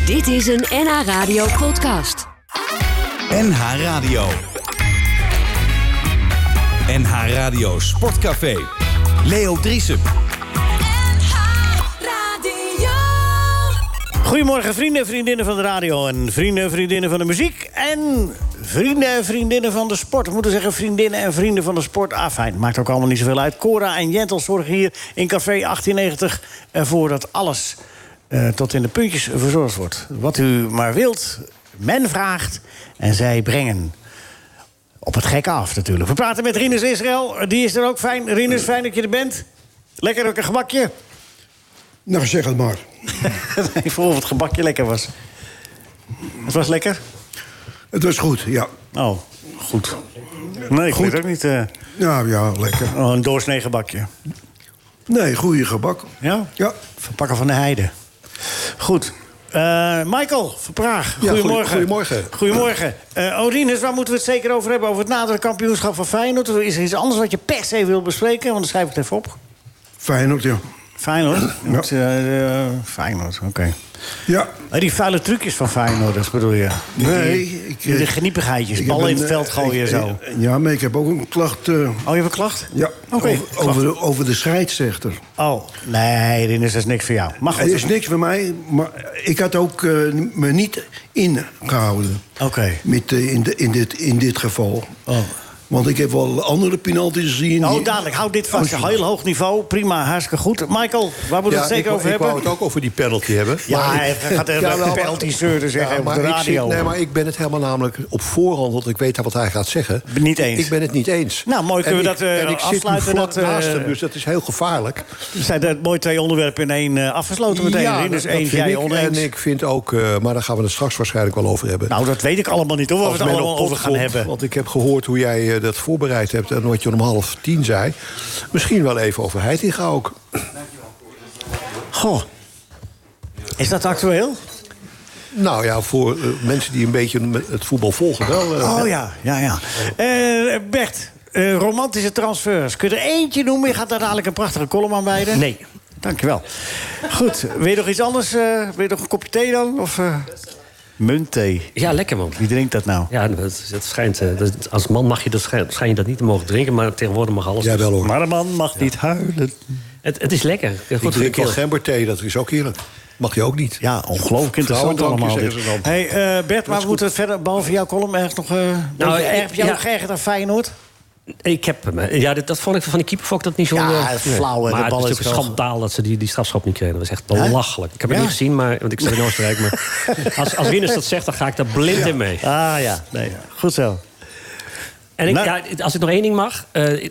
Dit is een NH Radio podcast. NH Radio. NH Radio Sportcafé. Leo Driesen. Goedemorgen vrienden en vriendinnen van de radio en vrienden en vriendinnen van de muziek en vrienden en vriendinnen van de sport. We moeten zeggen vriendinnen en vrienden van de sport. Fijn, maakt ook allemaal niet zoveel uit. Cora en Jentel zorgen hier in Café 1890 ervoor dat alles tot in de puntjes verzorgd wordt. Wat u maar wilt, men vraagt en zij brengen. Op het gekke af natuurlijk. We praten met Rinus Israël, die is er ook. Fijn. Rinus, fijn dat je er bent. Lekker ook een gebakje. Nou, zeg het maar. Ik vroeg of het gebakje lekker was. Het was lekker? Het was goed, ja. Oh, goed. Nee, ik weet ook niet. Ja, lekker. Oh, een doorsnee gebakje. Nee, goede gebak. Ja? Ja. Verpakken van de heide. Goed. Michael van Praag, Ja, goedemorgen. goedemorgen. Goedemorgen. Rinus, waar moeten we het zeker over hebben? Over het nadere kampioenschap van Feyenoord? Is er iets anders wat je per se wil bespreken? Want dan schrijf ik het even op. Feyenoord, ja. Feyenoord? Ja. Feyenoord, oké. Ja. Die vuile trucjes van Feyenoord, dat bedoel je? Nee. De geniepigheidjes, ballen in het veld gooien zo. Ja, maar ik heb ook een klacht. Oh, je hebt een klacht? Ja, Oké. over de scheidsrechter. Oh, nee, Rinus, dat is niks voor jou. Mag Het is niks voor mij, maar ik had ook me niet ingehouden. Oké. In dit geval. Oh. Want ik heb wel andere penalties gezien. Oh, dadelijk. Houd dit vast. Heel hoog niveau. Prima, hartstikke goed. Michael, waar moeten we het zeker over hebben? Ik wou het ook over die penalty hebben. Ja, hij gaat een penalty-zeurder zeggen op de radio. Maar ik ben het helemaal namelijk op voorhand, want ik weet wat hij gaat zeggen. Niet eens. Ik ben het niet eens. Nou, mooi kunnen we dat en ik afsluiten. Zit vlak naast hem, dus dat is heel gevaarlijk. Er zijn mooi 2 onderwerpen in één afgesloten meteen. Ja, dus dat één vind jij ik. oneens. En ik vind ook, maar daar gaan we het straks waarschijnlijk wel over hebben. Nou, dat weet ik allemaal niet, hoor. Waar we het allemaal over gaan hebben. Want ik heb gehoord hoe jij dat voorbereid hebt en wat je om 9:30 zei. Misschien wel even over Heitinga ook. Goh. Is dat actueel? Nou ja, voor mensen die een beetje het voetbal volgen wel. Oh ja. Bert, romantische transfers. Kun je er eentje noemen? Je gaat daar dadelijk een prachtige column aan wijden. Nee. Dankjewel. Goed, wil je nog iets anders? Wil je nog een kopje thee dan? Of muntthee? Ja, lekker man. Wie drinkt dat nou? Ja, dat schijnt. Als man mag je schijn je dat niet te mogen drinken, maar tegenwoordig mag alles. Ja, wel hoor. Maar een man mag niet huilen. Het is lekker. Ik drink wel gemberthee, dat is ook heerlijk. Mag je ook niet. Ja, ongelooflijk interessant allemaal. Zeggen ze dan. Hey, Bert, maar we moeten het verder, behalve jouw column, ergens nog... heb jij ook geërgerd aan Feyenoord? Ik heb hem. Ja, dat vond ik van die keeper vond ik dat niet zo. Ja, flauw. Maar De het bal is is natuurlijk een schandaal dat ze die strafschop niet kregen. Dat was echt belachelijk. Ik heb het niet gezien, want ik zit in Oostenrijk. Maar als Rinus dat zegt, dan ga ik daar blind in mee. Ah ja, nee. Goed zo. En als ik nog één ding mag.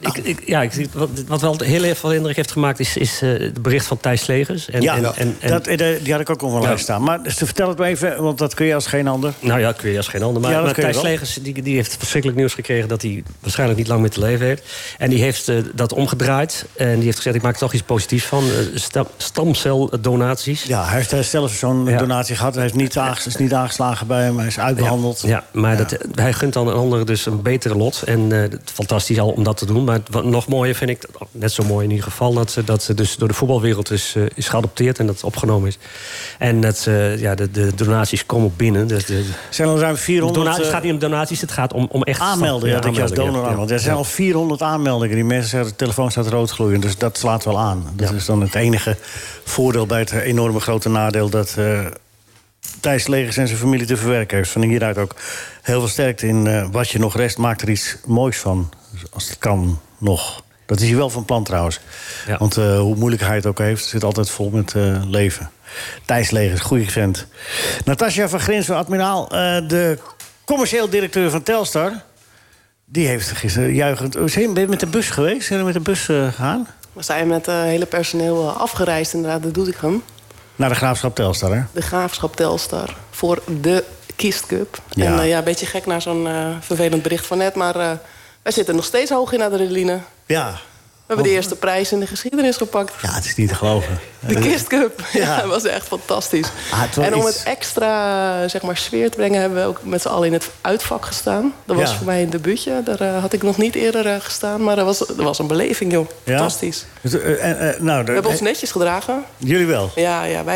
Wat wel heel erg veel indruk heeft gemaakt is het bericht van Thijs Slegers. Die had ik ook op mijn lijst staan. Maar vertel het me even, want dat kun je als geen ander. Nou ja, dat kun je als geen ander. Maar Thijs Slegers die heeft verschrikkelijk nieuws gekregen dat hij waarschijnlijk niet lang meer te leven heeft. En die heeft dat omgedraaid. En die heeft gezegd, ik maak er toch iets positiefs van. Stamceldonaties. Ja, hij heeft zelf zo'n donatie gehad. Hij is niet aangeslagen bij hem. Hij is uitbehandeld. Ja, maar hij gunt dan een ander dus een betere lot. En het fantastisch al om dat te doen. Maar wat nog mooier vind ik, net zo mooi in ieder geval... dat ze dus door de voetbalwereld is geadopteerd en dat het opgenomen is. En dat de donaties komen binnen. Dus zijn al ruim 400... het gaat niet om donaties, het gaat om echt... aanmelden, dat ik als donor aanmeld. Er zijn al 400 aanmeldingen. Die mensen zeggen, de telefoon staat rood gloeiend. Dus dat slaat wel aan. Dat is dan het enige voordeel bij het enorme grote nadeel... dat Thijs Slegers en zijn familie te verwerken heeft. Van hieruit ook heel veel sterkte in wat je nog rest. Maakt er iets moois van, als het kan nog. Dat is hij wel van plan trouwens. Ja. Want hoe moeilijk hij het ook heeft, zit altijd vol met leven. Thijs Slegers, goeie vent. Natasja van Grinsven, admiraal, de commercieel directeur van Telstar... die heeft gisteren juichend... Ben je met de bus geweest? Zijn we met de bus gegaan? We zijn met het hele personeel afgereisd inderdaad, dat doe ik hem. Naar de Graafschap Telstar, hè? De Graafschap Telstar voor de Kist Cup. Ja. En een beetje gek naar zo'n vervelend bericht van net... maar wij zitten nog steeds hoog in adrenaline. Ja. We hebben de eerste prijs in de geschiedenis gepakt. Ja, het is niet te geloven. De Kist Cup. Ja, dat was echt fantastisch. En om het extra sfeer te brengen... hebben we ook met z'n allen in het uitvak gestaan. Dat was voor mij een debuutje. Daar had ik nog niet eerder gestaan. Maar dat was een beleving, joh. Fantastisch. We hebben ons netjes gedragen. Jullie wel? Ja, wij wel.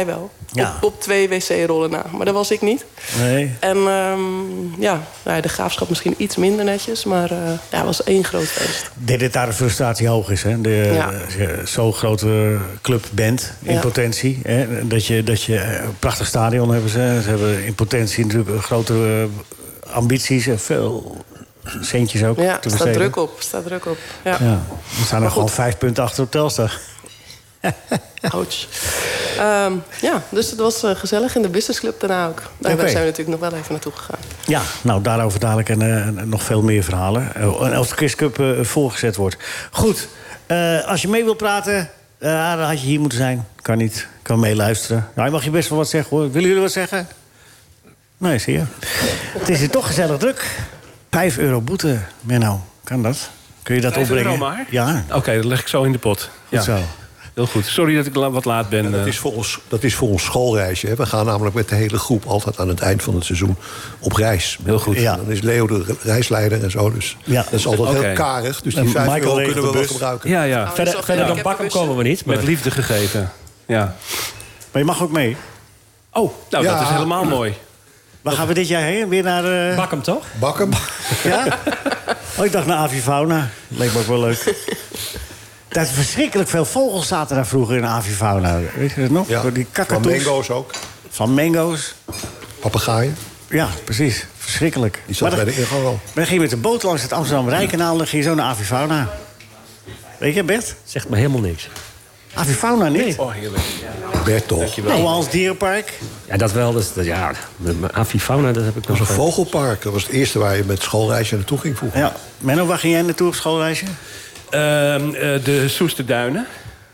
Op 2 wc-rollen na. Maar dat was ik niet. Nee. En de Graafschap misschien iets minder netjes. Maar het was 1 groot feest. Ik denk dat daar de frustratie hoog is. Hè? Als je zo'n grote club bent in potentie. Hè? Dat je een prachtig stadion hebben ze. Ze hebben in potentie natuurlijk grotere ambities en veel centjes ook. Ja, er staat druk op. Ja. We staan nog gewoon 5 punten achter op Telstar. Ouch. Dus het was gezellig in de businessclub daarna ook. Daar zijn we natuurlijk nog wel even naartoe gegaan. Ja, nou daarover dadelijk en nog veel meer verhalen. En als de Kiss Cup voorgezet wordt. Goed, als je mee wilt praten, dan had je hier moeten zijn. Kan niet, kan meeluisteren. Nou, je mag je best wel wat zeggen hoor. Willen jullie wat zeggen? Nee, zie je. Het is hier toch gezellig druk. €5 boete, Menno. Kan dat? Kun je dat opbrengen? €5 maar? Ja. Oké, dat leg ik zo in de pot. Goed zo. Heel goed. Sorry dat ik wat laat ben. Ja, dat is voor ons schoolreisje. Hè. We gaan namelijk met de hele groep altijd aan het eind van het seizoen op reis. Heel goed. Ja. Dan is Leo de reisleider en zo. Dus dat is altijd heel karig. Dus die €5 kunnen we wel gebruiken. Ja. Verder dan bakken komen we niet. Maar... Met liefde gegeven. Ja. Maar je mag ook mee. Oh, nou dat is helemaal mooi. Waar gaan we dit jaar heen? Weer naar... Bakkum, toch? Bakkum. Ja? Oh, ik dacht naar Avifauna. Leek me ook wel leuk. Dat verschrikkelijk veel vogels zaten daar vroeger in Avifauna. Weet je dat nog? Ja. Die kakatoes. Flamingo's ook. Flamingo's. Papegaaien. Ja, precies. Verschrikkelijk. Die zat bij de ingang al. Maar dan ging je met de boot langs het Amsterdam-Rijnkanaal... en dan ging je zo naar Avifauna. Weet je, Bert? Zegt me helemaal niks. Avifauna niet? Nee. Oh, heerlijk. Bert toch. Ouwehands Dierenpark. Ja, dat wel. Avifauna, dat heb ik nog. Dat was een vogelpark. Dat was het eerste waar je met schoolreisje naartoe ging vroeger. Ja. Menno, waar ging jij naartoe op schoolreisje? De Soesterduinen.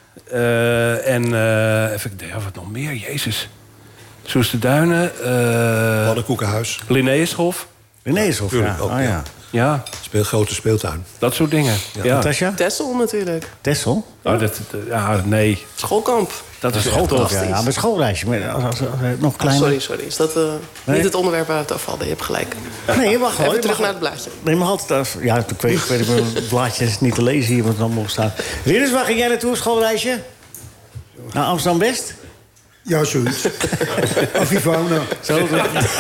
Even kijken, wat nog meer? Jezus. Soesterduinen. Pannenkoekenhuis. Linnaeushof. Linnaeushof, ja. Ook, Oh, ja. Ja. Grote speeltuin. Dat soort dingen. Ja. Natasja? Texel natuurlijk. Texel? Oh, nee. Schoolkamp. Dat is Schoolkamp, ja. Maar schoolreisje. Maar als nog kleiner. Sorry. Is dat niet het onderwerp waar het over hadden? Je hebt gelijk. Nee, je mag gewoon. Even terug naar het blaadje. Nee, je mag altijd... Ja, ik weet het blaadje is niet te lezen hier, wat er allemaal op staat. Ridders, waar ging jij naartoe, schoolreisje? Naar Amsterdam-West? Ja, zoiets. Avifauna. Zo.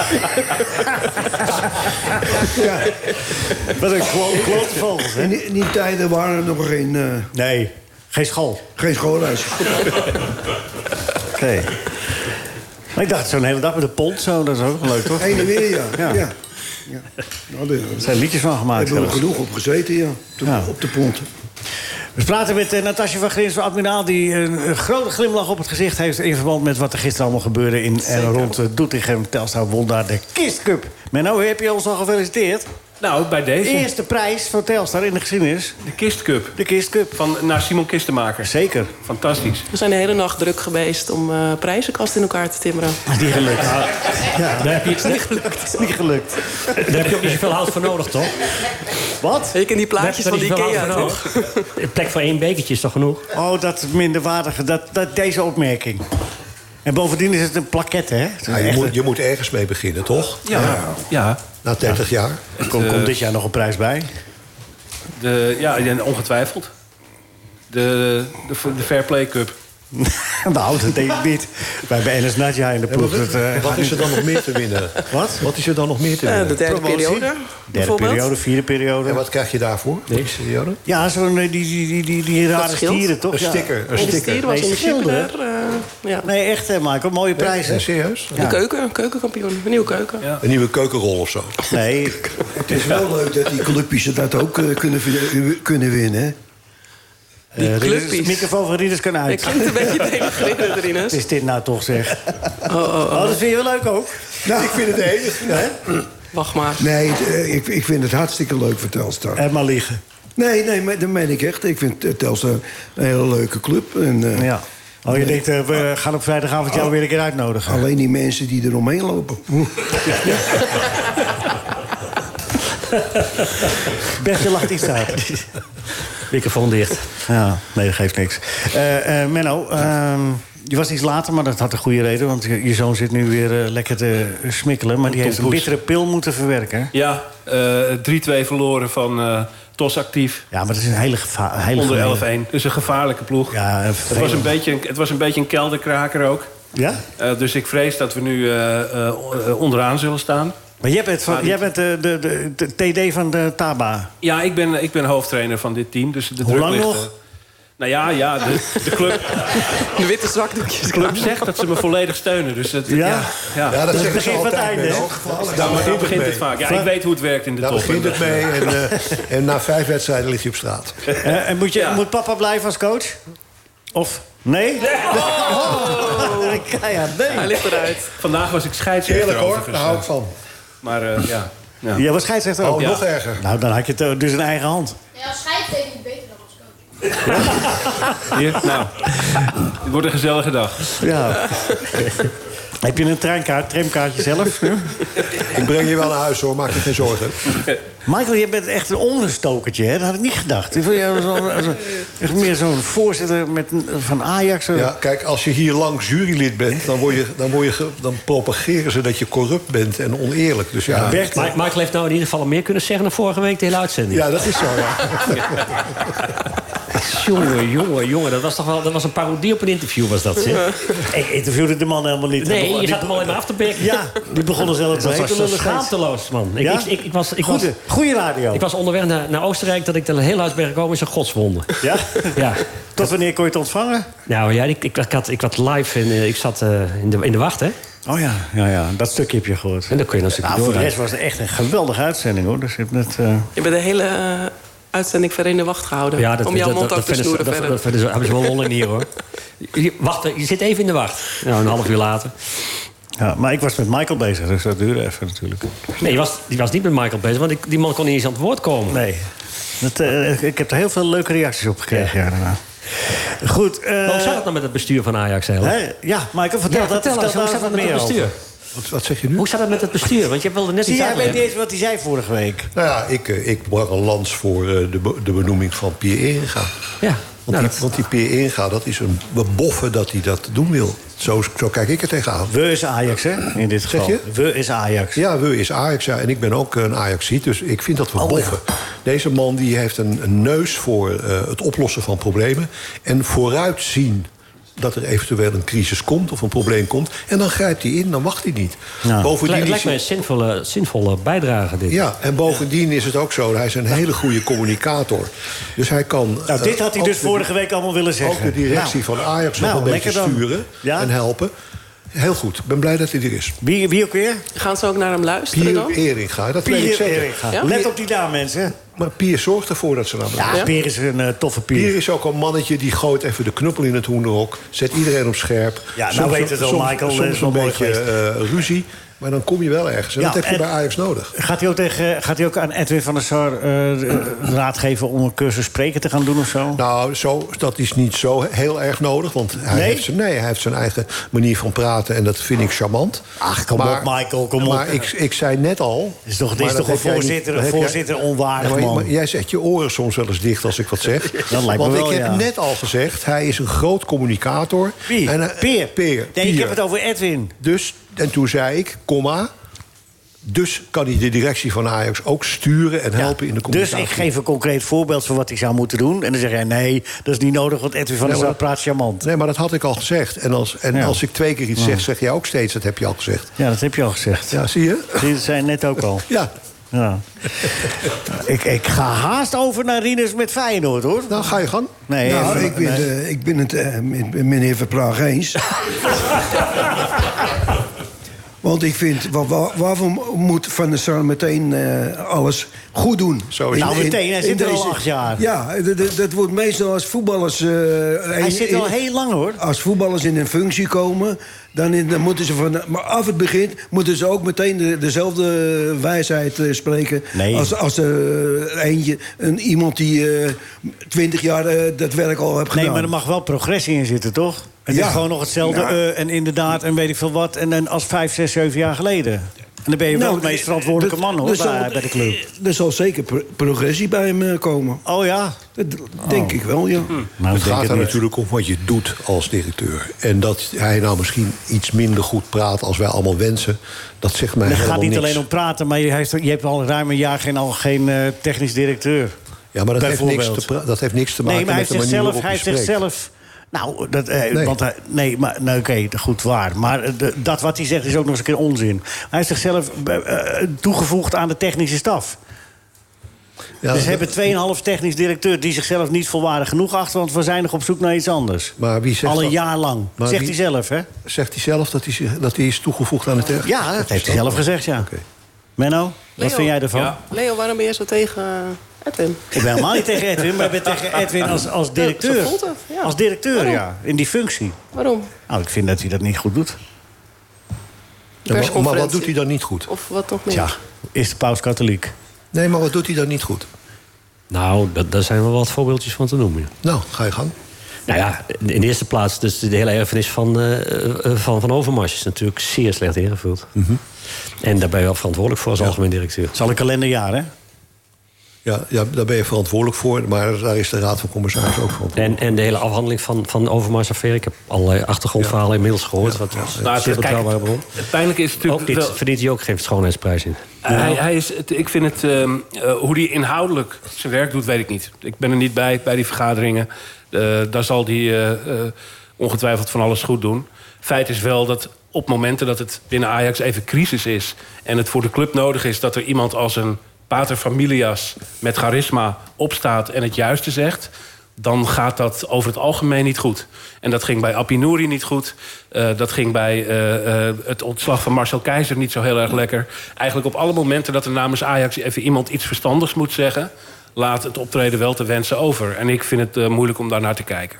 Ja. Wat een klote vogels, hè? In die tijden waren er nog geen... Nee, geen school. Geen schoolreis. Oké. Maar ik dacht zo'n hele dag met de pont, zo, dat is ook wel leuk, toch? Heen en weer, ja. Ja. Nou, Er zijn liedjes van gemaakt. Daar hebben we genoeg op gezeten, ja. Op de pont. We praten met Natasja van Grins van Admiraal... die een grote glimlach op het gezicht heeft... in verband met wat er gisteren allemaal gebeurde in en rond Doetinchem. Telstar won daar de Kiss Cup. Menno, heb je ons al gefeliciteerd? Nou, bij deze. Eerste prijs van Telstar in de geschiedenis. De Kist Cup. De Kiss Cup. Naar Simon Kistenmaker. Zeker. Fantastisch. We zijn de hele nacht druk geweest om prijzenkast in elkaar te timmeren. Is niet gelukt. Ja, daar heb je Is niet gelukt. Daar heb je ook niet zoveel hout voor nodig, toch? Wat? Ik in die plaatjes van die Ikea, toch? Een plek voor 1 bekertje is toch genoeg? Oh, dat minderwaardige, deze opmerking. En bovendien is het een plaquette, hè? Ja, je moet ergens mee beginnen, toch? Ja. Na 30 jaar. Komt dit jaar nog een prijs bij? Ongetwijfeld. De Fair Play Cup. Nou, dat denk ik niet. Wij hebben NS Nadja in de ploeg. Wat is er dan nog meer te winnen? Wat is er dan nog meer te winnen? De derde periode. Derde periode, vierde periode. En wat krijg je daarvoor? Niks. Periode? Ja, zo'n die rare stieren, toch? Een sticker. Een stier was in de schilderen. ja. Nee, echt, hè, Michael. Mooie prijzen. Serieus? De keukenkampioen. Een nieuwe keuken. Ja. Een nieuwe keukenrol of zo? Nee. Het is wel leuk dat die clubjes dat ook kunnen winnen, hè? De microfoon van Rieders kan uit. Ik klinkt een beetje denigrerend, Rinus. Wat is dit nou toch, zeg? Oh, dat vind je wel leuk ook? Nou, ik vind het enig. Wacht maar. Nee, ik vind het hartstikke leuk voor Telstar. En maar liegen. Nee, maar dat meen ik echt. Ik vind Telstar een hele leuke club. En, Ja. Oh, je denkt, we gaan op vrijdagavond jou weer een keer uitnodigen. Alleen die mensen die er omheen lopen. Best lacht iets uit. Microfoon dicht. Ja, nee, dat geeft niks. Menno, je was iets later, maar dat had een goede reden. Want je zoon zit nu weer lekker te smikkelen. Maar die heeft een bittere pil moeten verwerken. Ja, 3-2 verloren van TOS Actief. Ja, maar dat is een hele Onder 11-1. Dus een gevaarlijke ploeg. Ja, het was een beetje een kelderkraker ook. Ja? Dus ik vrees dat we nu onderaan zullen staan. Maar jij bent de TD van de Taba. Ja, ik ben hoofdtrainer van dit team. Dus de Hoe druk lang ligt, nog? Nou ja, de club... De witte zakdoekjes. De club zegt dat ze me volledig steunen. Dus dat is het begin van het einde. Daar begint het vaak. Ja, ik weet hoe het werkt in de top. Daar begint het mee en na 5 wedstrijden ligt hij op straat. En moet papa blijven als coach? Of... Nee? Hij ligt eruit. Vandaag was ik scheidsrechter. Heerlijk hoor, daar hou ik van. Maar ja. Jij was scheidsrechter ook? Nog erger. Nou, dan had je het dus in eigen hand. Ja, als scheidsrechter is beter dan als coach. Hier, nou. Het wordt een gezellige dag. Ja. Heb je een tramkaartje zelf? Ik breng je wel naar huis hoor, maak je geen zorgen. Michael, je bent echt een onderstokertje, hè? Dat had ik niet gedacht. Ik vond jou echt meer zo'n voorzitter van Ajax. Ja, kijk, als je hier lang jurylid bent, dan propageren ze dat je corrupt bent en oneerlijk. Dus ja. Michael heeft nou in ieder geval meer kunnen zeggen dan vorige week de hele uitzending. Ja, dat is zo, ja. Jongen, dat was een parodie op een interview, was dat, zeg. Ik interviewde de man helemaal niet. Nee, je zat hem al in af te bekken. Ja, die begonnen zelf te Dat was schaamteloos, man. Ja? Goeie radio. Ik was onderweg naar Oostenrijk, dat ik de hele huis ben gekomen is een godswonde. Ja? Ja. Tot wanneer kon je het ontvangen? Nou ja, ik had live en ik zat in de wacht, hè. Oh ja, dat stukje heb je gehoord. En dan kun je een stukje voor de rest was het echt een geweldige uitzending, hoor. Dus je hebt net... Je bent de hele uitzending verder in de wacht gehouden. Ja, om jouw mond ook te snoeren verder. Dat hebben ze wel lol in hier, hoor. Je zit even in de wacht. Nou, een half uur later. Ja, maar ik was met Michael bezig, dus dat duurde even natuurlijk. Nee, die was niet met Michael bezig, want die man kon niet eens aan het woord komen. Nee. Ik heb er heel veel leuke reacties op gekregen, ja daarna. Goed. Maar hoe zat het nou met het bestuur van Ajax eigenlijk? Ja, Michael, vertel eens, hoe zat het met het bestuur? Wat zeg je nu? Hoe zat het met het bestuur? Want je wilde net iets uitleggen. Jij weet niet wat hij zei vorige week. Nou ja, ik brak een lans voor de benoeming van Pierre Eringa. Ja. Want die Pierre Eringa, dat is een beffe dat hij dat doen wil. Zo kijk ik er tegenaan. We is Ajax, hè? In dit geval. Zeg je? We is Ajax. Ja, we is Ajax, ja. En ik ben ook een Ajaxiet, dus ik vind dat we boffen. Ja. Deze man die heeft een neus voor het oplossen van problemen. En vooruitzien dat er eventueel een crisis komt of een probleem komt. En dan grijpt hij in, dan wacht hij niet. Ja. Het lijkt mij een zinvolle bijdrage, dit. Ja, en bovendien is het ook zo, hij is een hele goede communicator. Dus hij kan... Nou, dit had hij dus vorige week allemaal willen zeggen. Ook de directie van Ajax nog een beetje sturen en helpen. Heel goed, ik ben blij dat hij er is. Wie ook weer? Gaan ze ook naar hem luisteren dan? Pierre Eringa, dat weet ik zeker. Ja? Let op die naam, mensen. Maar Pierre zorgt ervoor dat ze naar hem luisteren. Pierre is een toffe Pierre. Pierre is ook een mannetje die gooit even de knuppel in het hoenderhok. Zet iedereen op scherp. Ja, nou weet het wel, Michael. Soms een beetje ruzie. Maar dan kom je wel ergens. En dat heb je bij Ajax nodig. Gaat hij ook aan Edwin van der Sar raad geven om een cursus spreken te gaan doen of zo? Nou, dat is niet zo heel erg nodig. Want hij heeft zijn eigen manier van praten. En dat vind ik charmant. Ach, kom op, Michael, kom op. Maar ik zei net al... Het is toch een voorzitter onwaardig, man. Maar jij zet je oren soms wel eens dicht als ik wat zeg. Dat lijkt me wel, want ik heb net al gezegd, hij is een groot communicator. Wie? Peer. Nee, ik heb het over Edwin. En toen zei ik, dus kan hij de directie van Ajax ook sturen en helpen in de communicatie. Dus ik geef een concreet voorbeeld van wat hij zou moeten doen. En dan zeg jij, nee, dat is niet nodig, want Edwin van der Sar praat charmant. Nee, maar dat had ik al gezegd. En als ik 2 keer iets zeg jij ook steeds, dat heb je al gezegd. Ja, dat heb je al gezegd. Ja, zie je? Dat zei net ook al. Ja. Ik ga haast over naar Rinus met Feyenoord, hoor. Nou, ga je gang. Nee, nou, ik ben het met meneer Verplaag eens. Want ik vind, waarvoor moet Van der Sar meteen alles goed doen? Meteen, hij zit er al 8 jaar. Ja, dat wordt meestal als voetballers... hij zit al heel lang, hoor. Als voetballers in een functie komen... Dan moeten ze maar af het begin moeten ze ook meteen dezelfde wijsheid spreken... Nee. Als iemand die 20 jaar dat werk al heeft gedaan. Nee, maar er mag wel progressie in zitten, toch? Het is gewoon nog hetzelfde en inderdaad en weet ik veel wat. En dan als 5, 6, 7 jaar geleden. En dan ben je wel het meest verantwoordelijke man, hoor, bij de club. Er zal zeker progressie bij hem komen. Oh ja? Dat denk ik wel, ja. Nou, het gaat er natuurlijk om wat je doet als directeur. En dat hij nou misschien iets minder goed praat als wij allemaal wensen... dat zegt mij helemaal niks. Het gaat niet alleen om praten, maar je hebt al ruim een jaar geen technisch directeur. Ja, maar dat heeft niks te maken met de manier waarop je spreekt. Hij zegt zelf... Nou, oké, goed, waar. Maar dat wat hij zegt is ook nog eens een keer onzin. Hij heeft zichzelf toegevoegd aan de technische staf. Ja, dus we hebben 2,5 technisch directeur die zichzelf niet volwaardig genoeg achten, want we zijn nog op zoek naar iets anders. Maar wie zegt al een jaar lang. Zegt hij zelf, hè? Zegt hij zelf dat hij is toegevoegd aan de technisch? Ja, dat heeft hij zelf gezegd, ja. Okay. Menno, wat vind jij ervan? Ja. Leo, waarom ben je zo tegen Edwin? Ik ben helemaal niet tegen Edwin, maar ik ben tegen Edwin als directeur. Zo voelt het, ja. Als directeur, waarom? Ja. In die functie. Waarom? Nou, ik vind dat hij dat niet goed doet. Maar wat doet hij dan niet goed? Of wat nog meer? Tja, is de paus katholiek? Nee, maar wat doet hij dan niet goed? Nou, daar zijn wel wat voorbeeldjes van te noemen. Nou, ga je gang. Nou ja, in de eerste plaats, dus de hele erfenis van Overmars is natuurlijk zeer slecht ingevuld. Mm-hmm. En daar ben je wel verantwoordelijk voor als algemeen directeur. Het is al een kalenderjaar, hè? Ja, daar ben je verantwoordelijk voor, maar daar is de Raad van Commissarissen ook verantwoordelijk. En de hele afhandeling van de Overmars-affaire. Ik heb allerlei achtergrondverhalen inmiddels gehoord. Het pijnlijke is natuurlijk... Ook dit verdient hij ook geen schoonheidsprijs in. Ik vind het... hoe hij inhoudelijk zijn werk doet, weet ik niet. Ik ben er niet bij die vergaderingen. Daar zal hij ongetwijfeld van alles goed doen. Feit is wel dat op momenten dat het binnen Ajax even crisis is... en het voor de club nodig is dat er iemand als een pater familias met charisma opstaat en het juiste zegt, dan gaat dat over het algemeen niet goed. En dat ging bij Appie Nouri niet goed. Dat ging bij het ontslag van Marcel Keizer niet zo heel erg lekker. Eigenlijk op alle momenten dat er namens Ajax even iemand iets verstandigs moet zeggen, laat het optreden wel te wensen over. En ik vind het moeilijk om daar naar te kijken.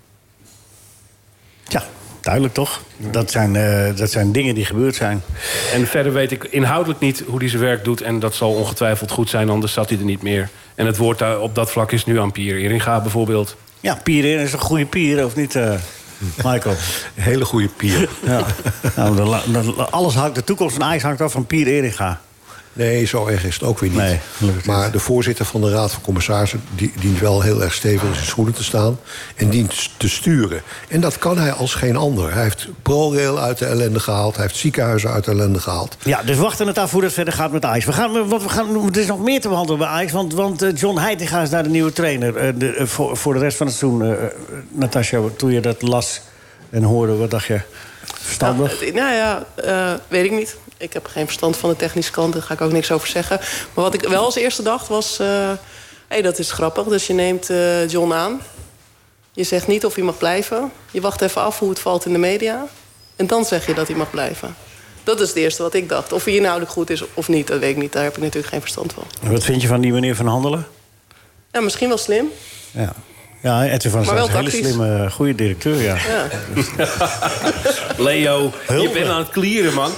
Ja, duidelijk toch? Dat zijn dingen die gebeurd zijn. En verder weet ik inhoudelijk niet hoe hij zijn werk doet. En dat zal ongetwijfeld goed zijn, anders zat hij er niet meer. En het woord daar op dat vlak is nu aan Pier Eringa bijvoorbeeld. Ja, Pier Eringa is een goede Pier, of niet, Michael? Een hele goede Pier. Ja. Nou, de toekomst van Ajax hangt af van Pier Eringa. Nee, zo erg is het ook weer niet. Nee, maar de voorzitter van de Raad van Commissarissen dient wel heel erg stevig in zijn schoenen te staan en dient te sturen. En dat kan hij als geen ander. Hij heeft ProRail uit de ellende gehaald. Hij heeft ziekenhuizen uit de ellende gehaald. Ja, dus wachten het af hoe dat verder gaat met Ajax. Er is nog meer te behandelen bij Ajax. Want John Heitinga is daar de nieuwe trainer voor de rest van het seizoen. Natasja, toen je dat las en hoorde, wat dacht je? Verstandig? Weet ik niet. Ik heb geen verstand van de technische kant, daar ga ik ook niks over zeggen. Maar wat ik wel als eerste dacht was, dat is grappig. Dus je neemt John aan. Je zegt niet of hij mag blijven. Je wacht even af hoe het valt in de media. En dan zeg je dat hij mag blijven. Dat is het eerste wat ik dacht. Of hij inhoudelijk goed is of niet, dat weet ik niet. Daar heb ik natuurlijk geen verstand van. En wat vind je van die manier van handelen? Ja, misschien wel slim. Ja. Ja, Edwin van Zijl is een hele slimme, goede directeur, ja. Leo, je bent aan het clearen, man.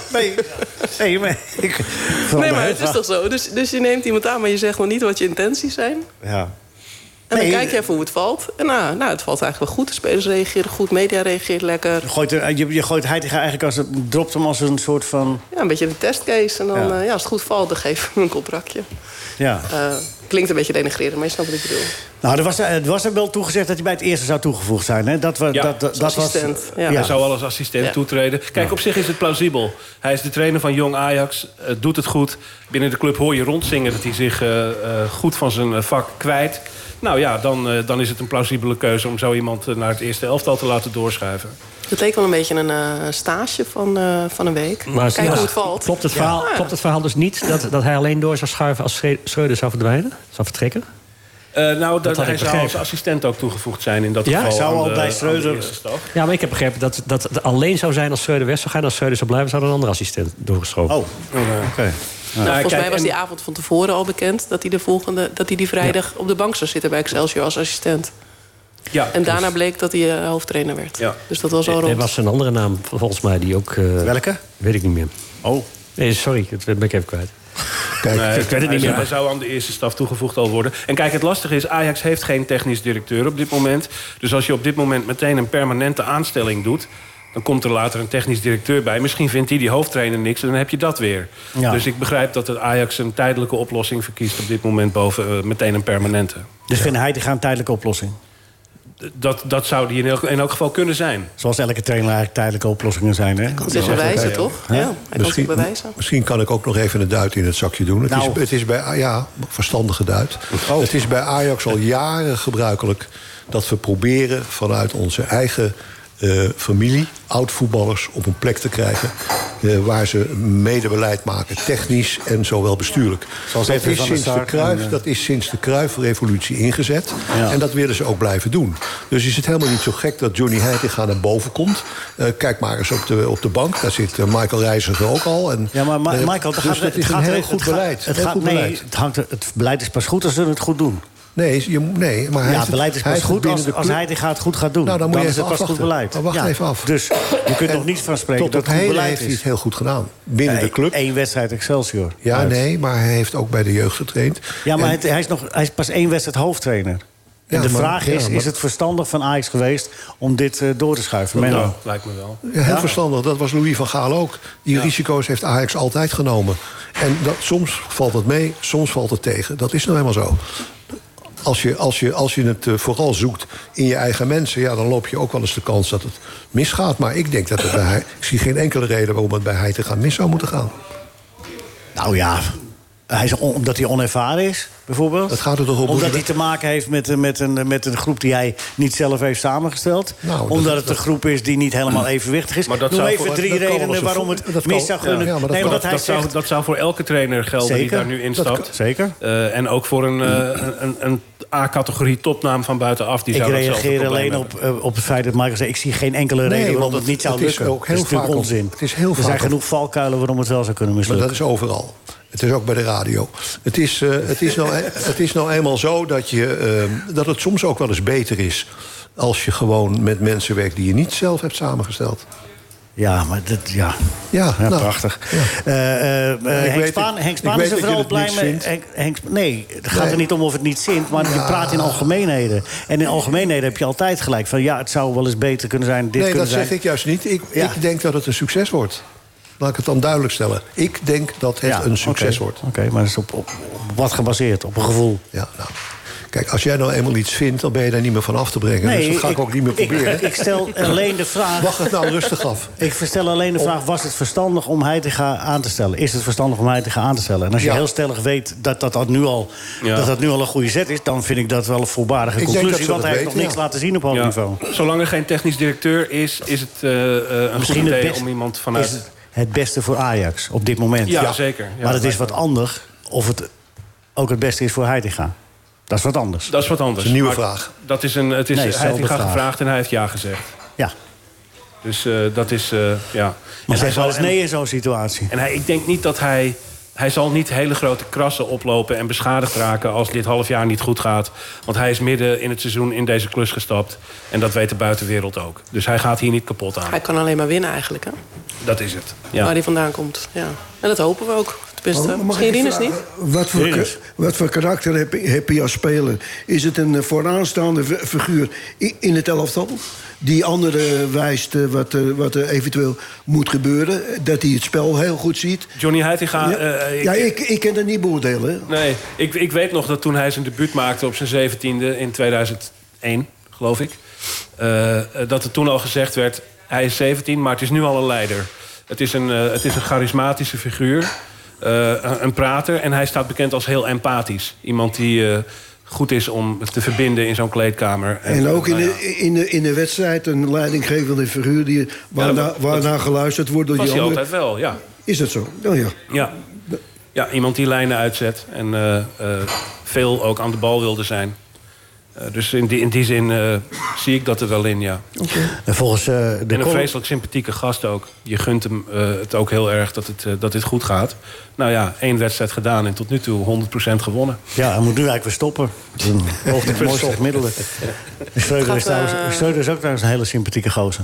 Maar het is toch zo. Dus je neemt iemand aan, maar je zegt nog niet wat je intenties zijn. Ja. En dan kijk je even hoe het valt. En het valt eigenlijk wel goed. De spelers reageren goed, media reageert lekker. Je gooit Heitinga eigenlijk dropt hem als een soort van... Ja, een beetje een testcase. En dan, als het goed valt, dan geef je hem een contractje. Ja. Klinkt een beetje denigrerend, maar je snapt wat ik bedoel. Nou, er was er wel toegezegd dat hij bij het eerste zou toegevoegd zijn. Hè? Dat assistent. Hij zou al als assistent toetreden. Kijk, op zich is het plausibel. Hij is de trainer van Jong Ajax, doet het goed. Binnen de club hoor je rondzingen dat hij zich goed van zijn vak kwijt. Nou ja, dan is het een plausibele keuze om zo iemand naar het eerste elftal te laten doorschuiven. Het leek wel een beetje een stage van een week. Maar kijk hoe het valt. Klopt het verhaal dus niet dat hij alleen door zou schuiven als Schreuder zou verdwijnen? Zou vertrekken? Hij zou als assistent ook toegevoegd zijn in dat geval. Ja, zou al bij Schreuder. Ja, maar ik heb begrepen dat het alleen zou zijn als Schreuder weg zou gaan. Als Schreuder zou blijven, zou er een andere assistent doorgeschoven. Oh, oké. Volgens mij was die avond van tevoren al bekend dat hij die vrijdag op de bank zou zitten bij Excelsior als assistent. Ja, en daarna bleek dat hij hoofdtrainer werd. Ja. Dus dat was al rond. Er was een andere naam volgens mij die ook... Welke? Weet ik niet meer. Oh. Nee, sorry, dat ben ik even kwijt. Kijk, ik weet het niet meer. Hij zou aan de eerste staf toegevoegd al worden. En kijk, het lastige is, Ajax heeft geen technisch directeur op dit moment. Dus als je op dit moment meteen een permanente aanstelling doet, dan komt er later een technisch directeur bij. Misschien vindt hij die hoofdtrainer niks en dan heb je dat weer. Ja. Dus ik begrijp dat het Ajax een tijdelijke oplossing verkiest op dit moment boven meteen een permanente. Dus vindt hij een tijdelijke oplossing? Dat zou die in elk geval kunnen zijn. Zoals elke trainer eigenlijk tijdelijke oplossingen zijn, hè? Hij kan zich bewijzen, toch? Ja, hij kan zich bewijzen. Misschien kan ik ook nog even een duit in het zakje doen. Het is bij verstandige duit. Het is bij Ajax al jaren gebruikelijk dat we proberen vanuit onze eigen familie, oud-voetballers, op een plek te krijgen waar ze medebeleid maken, technisch en zowel bestuurlijk. Dat is sinds de Cruyff-revolutie ingezet. Ja. En dat willen ze ook blijven doen. Dus is het helemaal niet zo gek dat Johnny Heitinga naar boven komt. Kijk maar eens op de bank. Daar zit Michael Reiziger ook al. En, ja, maar Michael, het is een heel goed beleid. Het beleid is pas goed als ze het goed doen. Nee, maar het beleid is pas goed als Heitinga het goed gaat doen. Nou, dan is het pas goed beleid. Maar wacht even af. Dus je kunt nog niet van spreken dat het goed beleid heeft hij het heel goed gedaan. Binnen de club. 1 wedstrijd Excelsior. Ja, maar hij heeft ook bij de jeugd getraind. Ja, maar hij is pas 1 wedstrijd hoofdtrainer. En de vraag is het verstandig van Ajax geweest om dit door te schuiven? Ja, lijkt me wel. Ja, heel verstandig. Dat was Louis van Gaal ook. Die risico's heeft Ajax altijd genomen. En soms valt het mee, soms valt het tegen. Dat is nou helemaal zo. Als je het vooral zoekt in je eigen mensen, dan loop je ook wel eens de kans dat het misgaat. Maar ik denk dat ik zie geen enkele reden waarom het bij Heitinga mis zou moeten gaan. Nou ja, omdat hij onervaren is, bijvoorbeeld. Dat gaat er toch om. Omdat hij te maken heeft met een groep die hij niet zelf heeft samengesteld. Omdat het een groep is die niet helemaal evenwichtig is. Noem even 3 redenen waarom het mis zou kunnen. Dat zou voor elke trainer gelden die daar nu instapt. Zeker. En ook voor een A-categorie topnaam van buitenaf. Ik reageer alleen op het feit dat Michael zei, ik zie geen enkele reden waarom het niet zou lukken. Dat is natuurlijk onzin. Er zijn genoeg valkuilen waarom het wel zou kunnen mislukken. Maar dat is overal. Het is ook bij de radio. Het is nou eenmaal zo dat het soms ook wel eens beter is als je gewoon met mensen werkt die je niet zelf hebt samengesteld. Ja, maar prachtig. Ja. Henk Spaan is er vooral blij mee. Nee, het gaat er niet om of het niet zint, maar je praat in algemeenheden. En in algemeenheden heb je altijd gelijk van het zou wel eens beter kunnen zijn. Dat zeg ik juist niet. Ik denk dat het een succes wordt. Laat ik het dan duidelijk stellen. Ik denk dat het een succes wordt. Oké, maar dat is op wat gebaseerd? Op een gevoel? Ja, nou. Kijk, als jij nou eenmaal iets vindt, dan ben je daar niet meer van af te brengen. Nee, dus dat ga ik ook niet meer proberen. Ik stel alleen de vraag... Wacht het nou rustig af. Ik stel alleen de vraag, was het verstandig om Heitinga aan te stellen? Is het verstandig om Heitinga aan te stellen? En als je heel stellig weet dat nu al een goede zet is, dan vind ik dat wel een volwaardige conclusie. Want hij heeft nog niks laten zien op hoog niveau. Zolang er geen technisch directeur is het een goed idee om iemand vanuit... Het beste voor Ajax op dit moment. Ja, zeker. Ja, maar het is wat anders of het ook het beste is voor Heitinga. Dat is wat anders. Dat is wat anders. Dat is een nieuwe vraag. Hij heeft gevraagd en hij heeft ja gezegd. Ja. Dus dat is, Maar hij zal eens nee in zo'n situatie. En ik denk niet dat hij zal niet hele grote krassen oplopen en beschadigd raken als dit half jaar niet goed gaat. Want hij is midden in het seizoen in deze klus gestapt. En dat weet de buitenwereld ook. Dus hij gaat hier niet kapot aan. Hij kan alleen maar winnen eigenlijk, hè? Dat is het. Ja. Waar hij vandaan komt. Ja. En dat hopen we ook. Tenminste, misschien Rinus niet. Wat voor karakter heb je als speler? Is het een vooraanstaande figuur in het elftal? Die anderen wijst wat er eventueel moet gebeuren. Dat hij het spel heel goed ziet. Johnny Heitinga... Ik kan dat niet beoordelen. Nee, ik weet nog dat toen hij zijn debuut maakte op zijn 17e in 2001, geloof ik. Dat er toen al gezegd werd, hij is 17, maar het is nu al een leider. Het is een charismatische figuur. Een prater. En hij staat bekend als heel empathisch. Iemand die... goed is om te verbinden in zo'n kleedkamer. En ook in de wedstrijd een leidinggevende figuur... waarnaar geluisterd wordt door die anderen. Dat was hij altijd wel, ja. Is dat zo? Oh, ja. Ja, iemand die lijnen uitzet. En veel ook aan de bal wilde zijn. Dus in die zin zie ik dat er wel in, ja. Okay. En volgens en een vreselijk sympathieke gast ook. Je gunt hem het ook heel erg dat dit goed gaat. Nou ja, 1 wedstrijd gedaan en tot nu toe 100% gewonnen. Ja, hij moet nu eigenlijk weer stoppen. Dat is een hoogte mooiste middelen. Schreuder is ook trouwens een hele sympathieke gozer.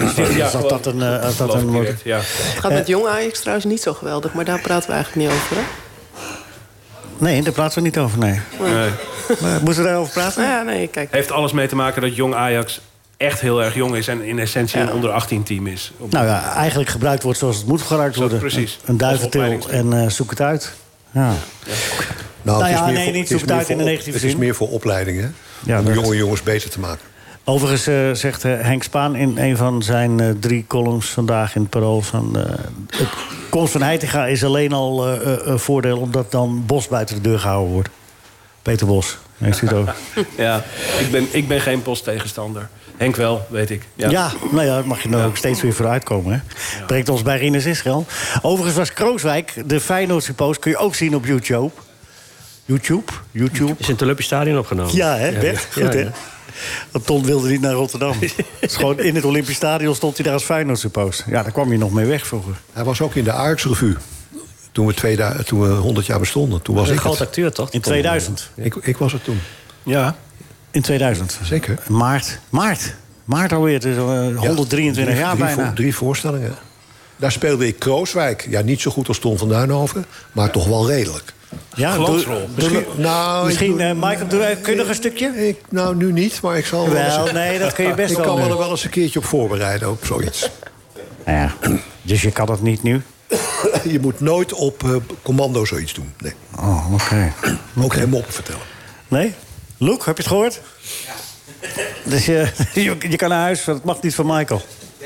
Het gaat met jong Ajax trouwens niet zo geweldig. Maar daar praten we eigenlijk niet over, hè? Nee, daar praten we niet over, nee. Moeten we daarover praten? Ja, nee, kijk. Heeft alles mee te maken dat jong Ajax echt heel erg jong is... en in essentie een onder 18 team is. Nou ja, eigenlijk gebruikt wordt zoals het moet gebruikt worden. Precies. Een duiventil en zoek het uit. Ja. Niet zoek het uit in de negatieve zin. Het is meer voor opleidingen, om jonge jongens beter te maken. Overigens zegt Henk Spaan in een van zijn 3 columns vandaag in het Parool... het komst van Heitinga is alleen al een voordeel... omdat dan Bos buiten de deur gehouden wordt. Peter Bos. Heeft u het ook? Ja, ik ben geen Bos-tegenstander. Henk wel, weet ik. Ja, nou ja, mag je dan ook steeds weer vooruitkomen. Hè? Ja. Brengt ons bij Rinus Israël. Overigens was Krooswijk, de Feyenoord-suppost, kun je ook zien op YouTube. YouTube? Is in het Olympisch Stadion opgenomen. Ja, hè, Bert? Goed, hè? Want Ton wilde niet naar Rotterdam. Dus gewoon in het Olympisch Stadion stond hij daar als Feyenoord-suppost. Ja, daar kwam je nog mee weg vroeger. Hij was ook in de Ajax-revue. Toen we 100 jaar bestonden. Toen was ik een groot acteur, toch? In 2000. Ik was het toen. Ja. In 2000. Zeker. Maart alweer. Dus 123 jaar bijna. 3 voorstellingen. Daar speelde ik Krooswijk. Ja, niet zo goed als Ton van Duinhoven. Maar toch wel redelijk. Ja, glansrol. Misschien Michael, kun je nog een stukje? Nou, nu niet, maar ik zal wel. Nee, dat kun je best wel. Ik kan me er wel eens een keertje op voorbereiden, op zoiets. Ja, dus je kan dat niet nu? Je moet nooit op commando zoiets doen. Nee. Oh, oké. Ook geen moppen vertellen. Nee? Luke, heb je het gehoord? Ja. Dus je kan naar huis, want het mag niet van Michael.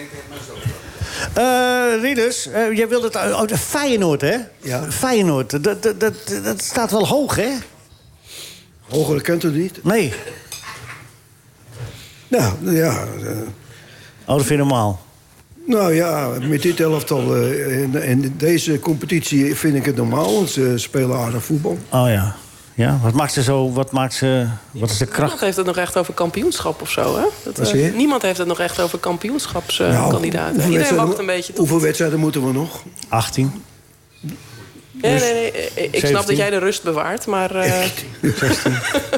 Rinus, jij wilde het uit Feyenoord, hè? Ja. Feyenoord, dat staat wel hoog, hè? Hoger kent het niet. Nee. Nou, ja. Dat vind je normaal. Nou ja, met dit elftal en deze competitie vind ik het normaal. Want ze spelen aardig voetbal. Oh ja. Ja, wat is de kracht? Niemand heeft het nog echt over kampioenschap of zo, hè? Niemand heeft het nog echt over kampioenschapskandidaten. Iedereen wacht een beetje toe. Hoeveel wedstrijden moeten we nog? 18. Nee. Ik snap dat jij de rust bewaart, maar... 16.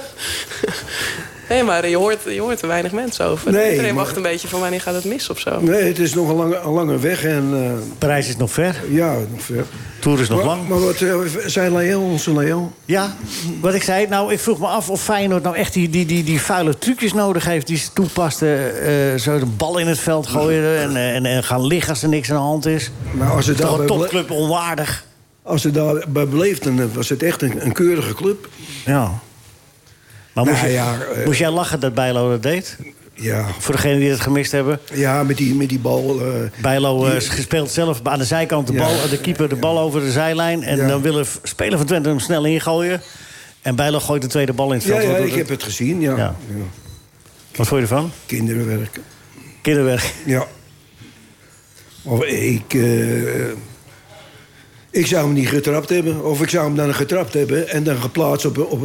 Nee, maar je hoort er weinig mensen over. Nee, iedereen wacht een beetje van wanneer gaat het mis of zo. Nee, het is nog een lange weg. Parijs is nog ver. Ja, nog ver. Tour is nog lang. Maar wat zei onze Leo? Ja, wat ik zei. Nou, ik vroeg me af of Feyenoord nou echt die vuile trucjes nodig heeft... die ze toepasten. Zo de bal in het veld gooien en gaan liggen als er niks aan de hand is. Nou, als het toch een topclub onwaardig. Als het daarbij bleef, dan was het echt een keurige club. Ja. Maar moest jij lachen dat Bijlo dat deed? Ja. Voor degenen die het gemist hebben. Ja, met die bal. Bijlo speelt zelf aan de zijkant de keeper de bal over de zijlijn. En dan willen speler van Twente hem snel ingooien. En Bijlo gooit de tweede bal in het veld. Ja, ik heb het gezien, ja. Wat vond je ervan? Kinderwerk. Kinderwerk? Ja. Maar ik zou hem niet getrapt hebben. Of ik zou hem dan getrapt hebben en dan geplaatst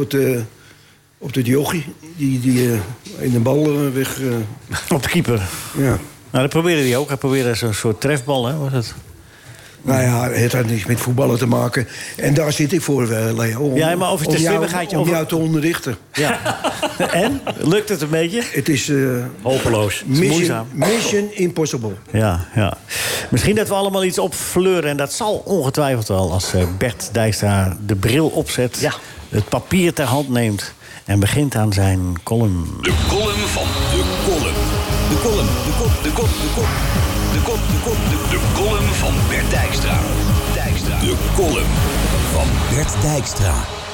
op de jochie. Die in de bal weg... Op de keeper? Ja. Nou, dat probeerde hij ook. Hij probeerde zo'n soort trefbal, hè? Was het? Nou ja, het had niets met voetballen te maken. En daar zit ik voor, Leo. Ja, maar over de slimmigheid... Om jou te onderrichten. Ja. En? Lukt het een beetje? Het is... hopeloos. Mission impossible. Ja. Misschien dat we allemaal iets opfleuren. En dat zal ongetwijfeld wel als Bert Dijkstra de bril opzet. Ja. Het papier ter hand neemt. En begint aan zijn column. De column van de column. De column, de kop, de kop, de kop. De kop, de kop, de column van Bert Dijkstra. De column van Bert Dijkstra.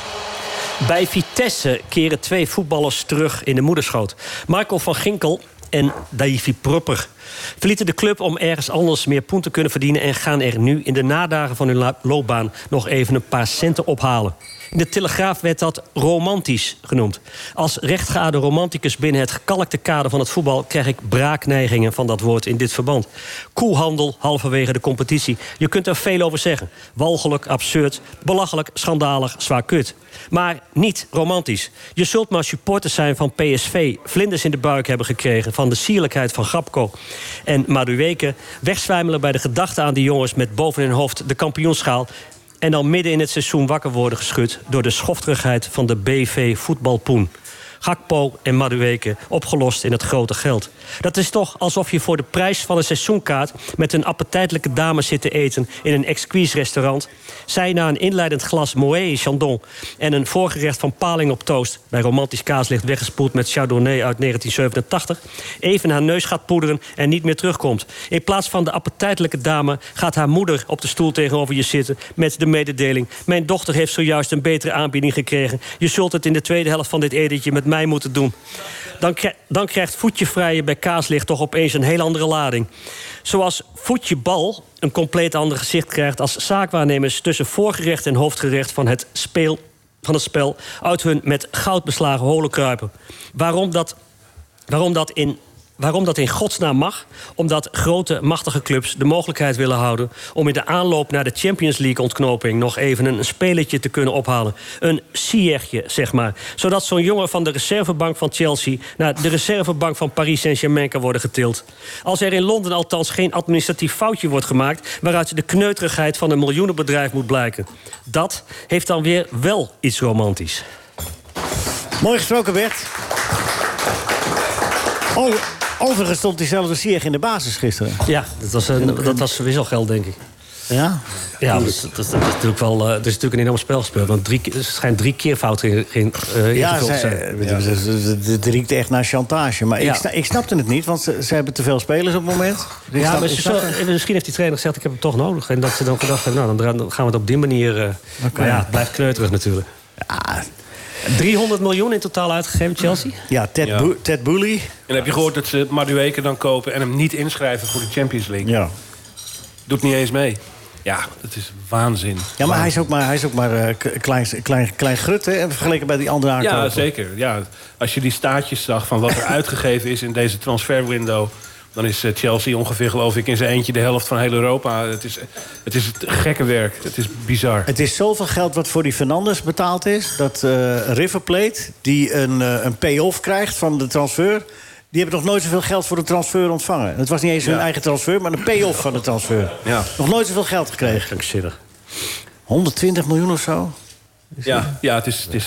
Bij Vitesse keren 2 voetballers terug in de moederschoot. Michael van Ginkel en Davy Prupper verlieten de club om ergens anders meer poen te kunnen verdienen... en gaan er nu in de nadagen van hun loopbaan nog even een paar centen ophalen. In de Telegraaf werd dat romantisch genoemd. Als rechtgeaarde romanticus binnen het gekalkte kader van het voetbal... krijg ik braakneigingen van dat woord in dit verband. Koehandel halverwege de competitie. Je kunt er veel over zeggen. Walgelijk, absurd, belachelijk, schandalig, zwaar kut. Maar niet romantisch. Je zult maar supporters zijn van PSV... vlinders in de buik hebben gekregen van de sierlijkheid van Gapco... en Madueke wegzwijmelen bij de gedachte aan die jongens... met boven hun hoofd de kampioenschaal... en dan midden in het seizoen wakker worden geschud... door de schofterigheid van de BV voetbalpoen. Gakpo en Madueke opgelost in het grote geld. Dat is toch alsof je voor de prijs van een seizoenkaart... met een appetijtelijke dame zit te eten in een exquis restaurant. Zij na een inleidend glas Moët Chandon... en een voorgerecht van paling op toast... bij romantisch kaaslicht weggespoeld met Chardonnay uit 1987... even haar neus gaat poederen en niet meer terugkomt. In plaats van de appetijtelijke dame gaat haar moeder op de stoel tegenover je zitten... met de mededeling: mijn dochter heeft zojuist een betere aanbieding gekregen. Je zult het in de tweede helft van dit etentje met mij moeten doen. Dan krijgt voetje vrijen bij kaaslicht toch opeens een heel andere lading. Zoals voetje bal een compleet ander gezicht krijgt... als zaakwaarnemers tussen voorgerecht en hoofdgerecht van het van het spel uit hun met goud beslagen holen kruipen. Waarom dat in godsnaam mag? Omdat grote, machtige clubs de mogelijkheid willen houden om in de aanloop naar de Champions League-ontknoping nog even een spelletje te kunnen ophalen. Een siertje, zeg maar. Zodat zo'n jongen van de reservebank van Chelsea naar de reservebank van Paris Saint-Germain kan worden getild. Als er in Londen althans geen administratief foutje wordt gemaakt waaruit de kneuterigheid van een miljoenenbedrijf moet blijken. Dat heeft dan weer wel iets romantisch. Mooi gesproken, Bert. Overigens stond diezelfde Ziyech in de basis gisteren. Ja, dat was wisselgeld, denk ik. Ja? Ja, dat is natuurlijk wel. Er is natuurlijk een enorm spel gespeeld. Want het schijnt 3 keer fout ingevuld te zijn. Het riekt echt naar chantage. Maar ik snapte het niet, want ze hebben te veel spelers op het moment. Misschien heeft die trainer gezegd, ik heb hem toch nodig. En dat ze dan gedacht hebben, nou, dan gaan we het op die manier. Maar ja, het blijft kneuterig natuurlijk. Ja. 300 miljoen in totaal uitgegeven, Chelsea? Ja, Ted Boehly. En heb je gehoord dat ze Madueke dan kopen en hem niet inschrijven voor de Champions League? Ja. Doet niet eens mee. Ja, dat is waanzin. Ja, maar hij is ook maar klein grut, hè, vergeleken bij die andere aankopen. Ja, zeker. Ja, als je die staatjes zag van wat er uitgegeven is in deze transferwindow, dan is Chelsea ongeveer, geloof ik, in zijn eentje de helft van heel Europa. Het is gekke werk. Het is bizar. Het is zoveel geld wat voor die Fernandes betaald is, dat River Plate, die een pay-off krijgt van de transfer, die hebben nog nooit zoveel geld voor de transfer ontvangen. Het was niet eens hun eigen transfer, maar een pay-off van de transfer. Ja. Nog nooit zoveel geld gekregen. Krankzinnig. 120 miljoen of zo? Het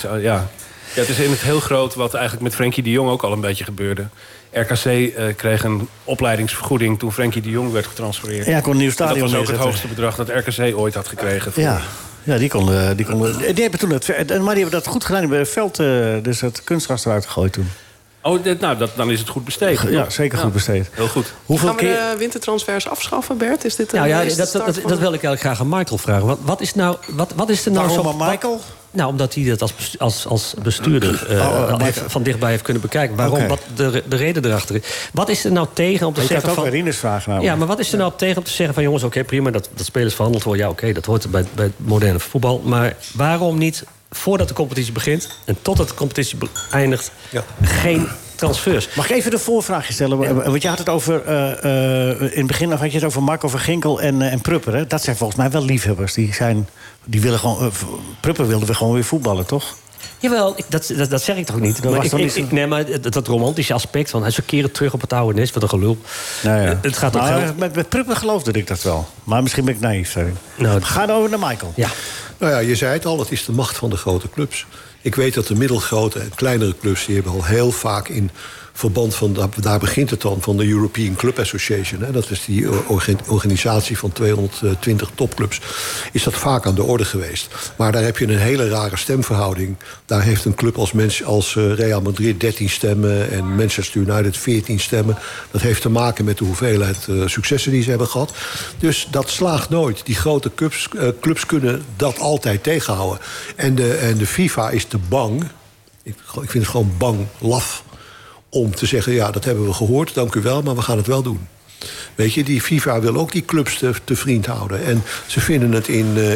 is in het heel groot wat eigenlijk met Frenkie de Jong ook al een beetje gebeurde. RKC kreeg een opleidingsvergoeding toen Frenkie de Jong werd getransfereerd. Ja, kon een nieuw stadion dat was ook neerzetten. het hoogste bedrag dat RKC ooit had gekregen. Ja, die hebben toen maar die hebben dat goed gedaan. Die hebben het veld, dus het kunstgras eruit gegooid toen. Oh, dan is het goed besteed. Ja, zeker goed besteed. Heel goed. Gaan we de wintertransfers afschaffen, Bert? Is dit dat wil ik eigenlijk graag aan Michael vragen. Wat is er nou zo... Waarom aan Michael? Nou, omdat hij dat als bestuurder van dichtbij heeft kunnen bekijken. Waarom, wat de reden erachter is. Wat is er nou tegen om te zeggen van... Rinus vraag nou. Ja, maar wat is er nou tegen om te zeggen van... jongens, oké, prima, dat spelers verhandeld worden. Ja, oké, dat hoort bij moderne voetbal. Maar waarom niet, voordat de competitie begint en totdat de competitie eindigt, geen transfers? Mag ik even de voorvraagje stellen? Ja. Want je had het over... in het begin had je het over Marco van Ginkel en Prupper. Hè? Dat zijn volgens mij wel liefhebbers. Die willen gewoon... Prupper wilde gewoon weer voetballen, toch? Jawel, dat zeg ik toch niet. Maar dat romantische aspect van... hij is een keer terug op het oude nest, wat een gelul. Nou ja. Het gaat met Prupper geloofde ik dat wel. Maar misschien ben ik naïef, sorry. Ga over naar Michael. Ja. Nou ja, je zei het al, het is de macht van de grote clubs. Ik weet dat de middelgrote en kleinere clubs... die hebben al heel vaak in verband van... daar begint het dan, van de European Club Association. Hè, dat is die organisatie van 220 topclubs. Is dat vaak aan de orde geweest. Maar daar heb je een hele rare stemverhouding. Daar heeft een club als Real Madrid 13 stemmen... en Manchester United 14 stemmen. Dat heeft te maken met de hoeveelheid successen die ze hebben gehad. Dus dat slaagt nooit. Die grote clubs kunnen dat altijd tegenhouden. En de FIFA is te bang... Ik vind het gewoon bang, laf... om te zeggen, ja, dat hebben we gehoord, dank u wel, maar we gaan het wel doen. Weet je, die FIFA wil ook die clubs te vriend houden. En ze vinden het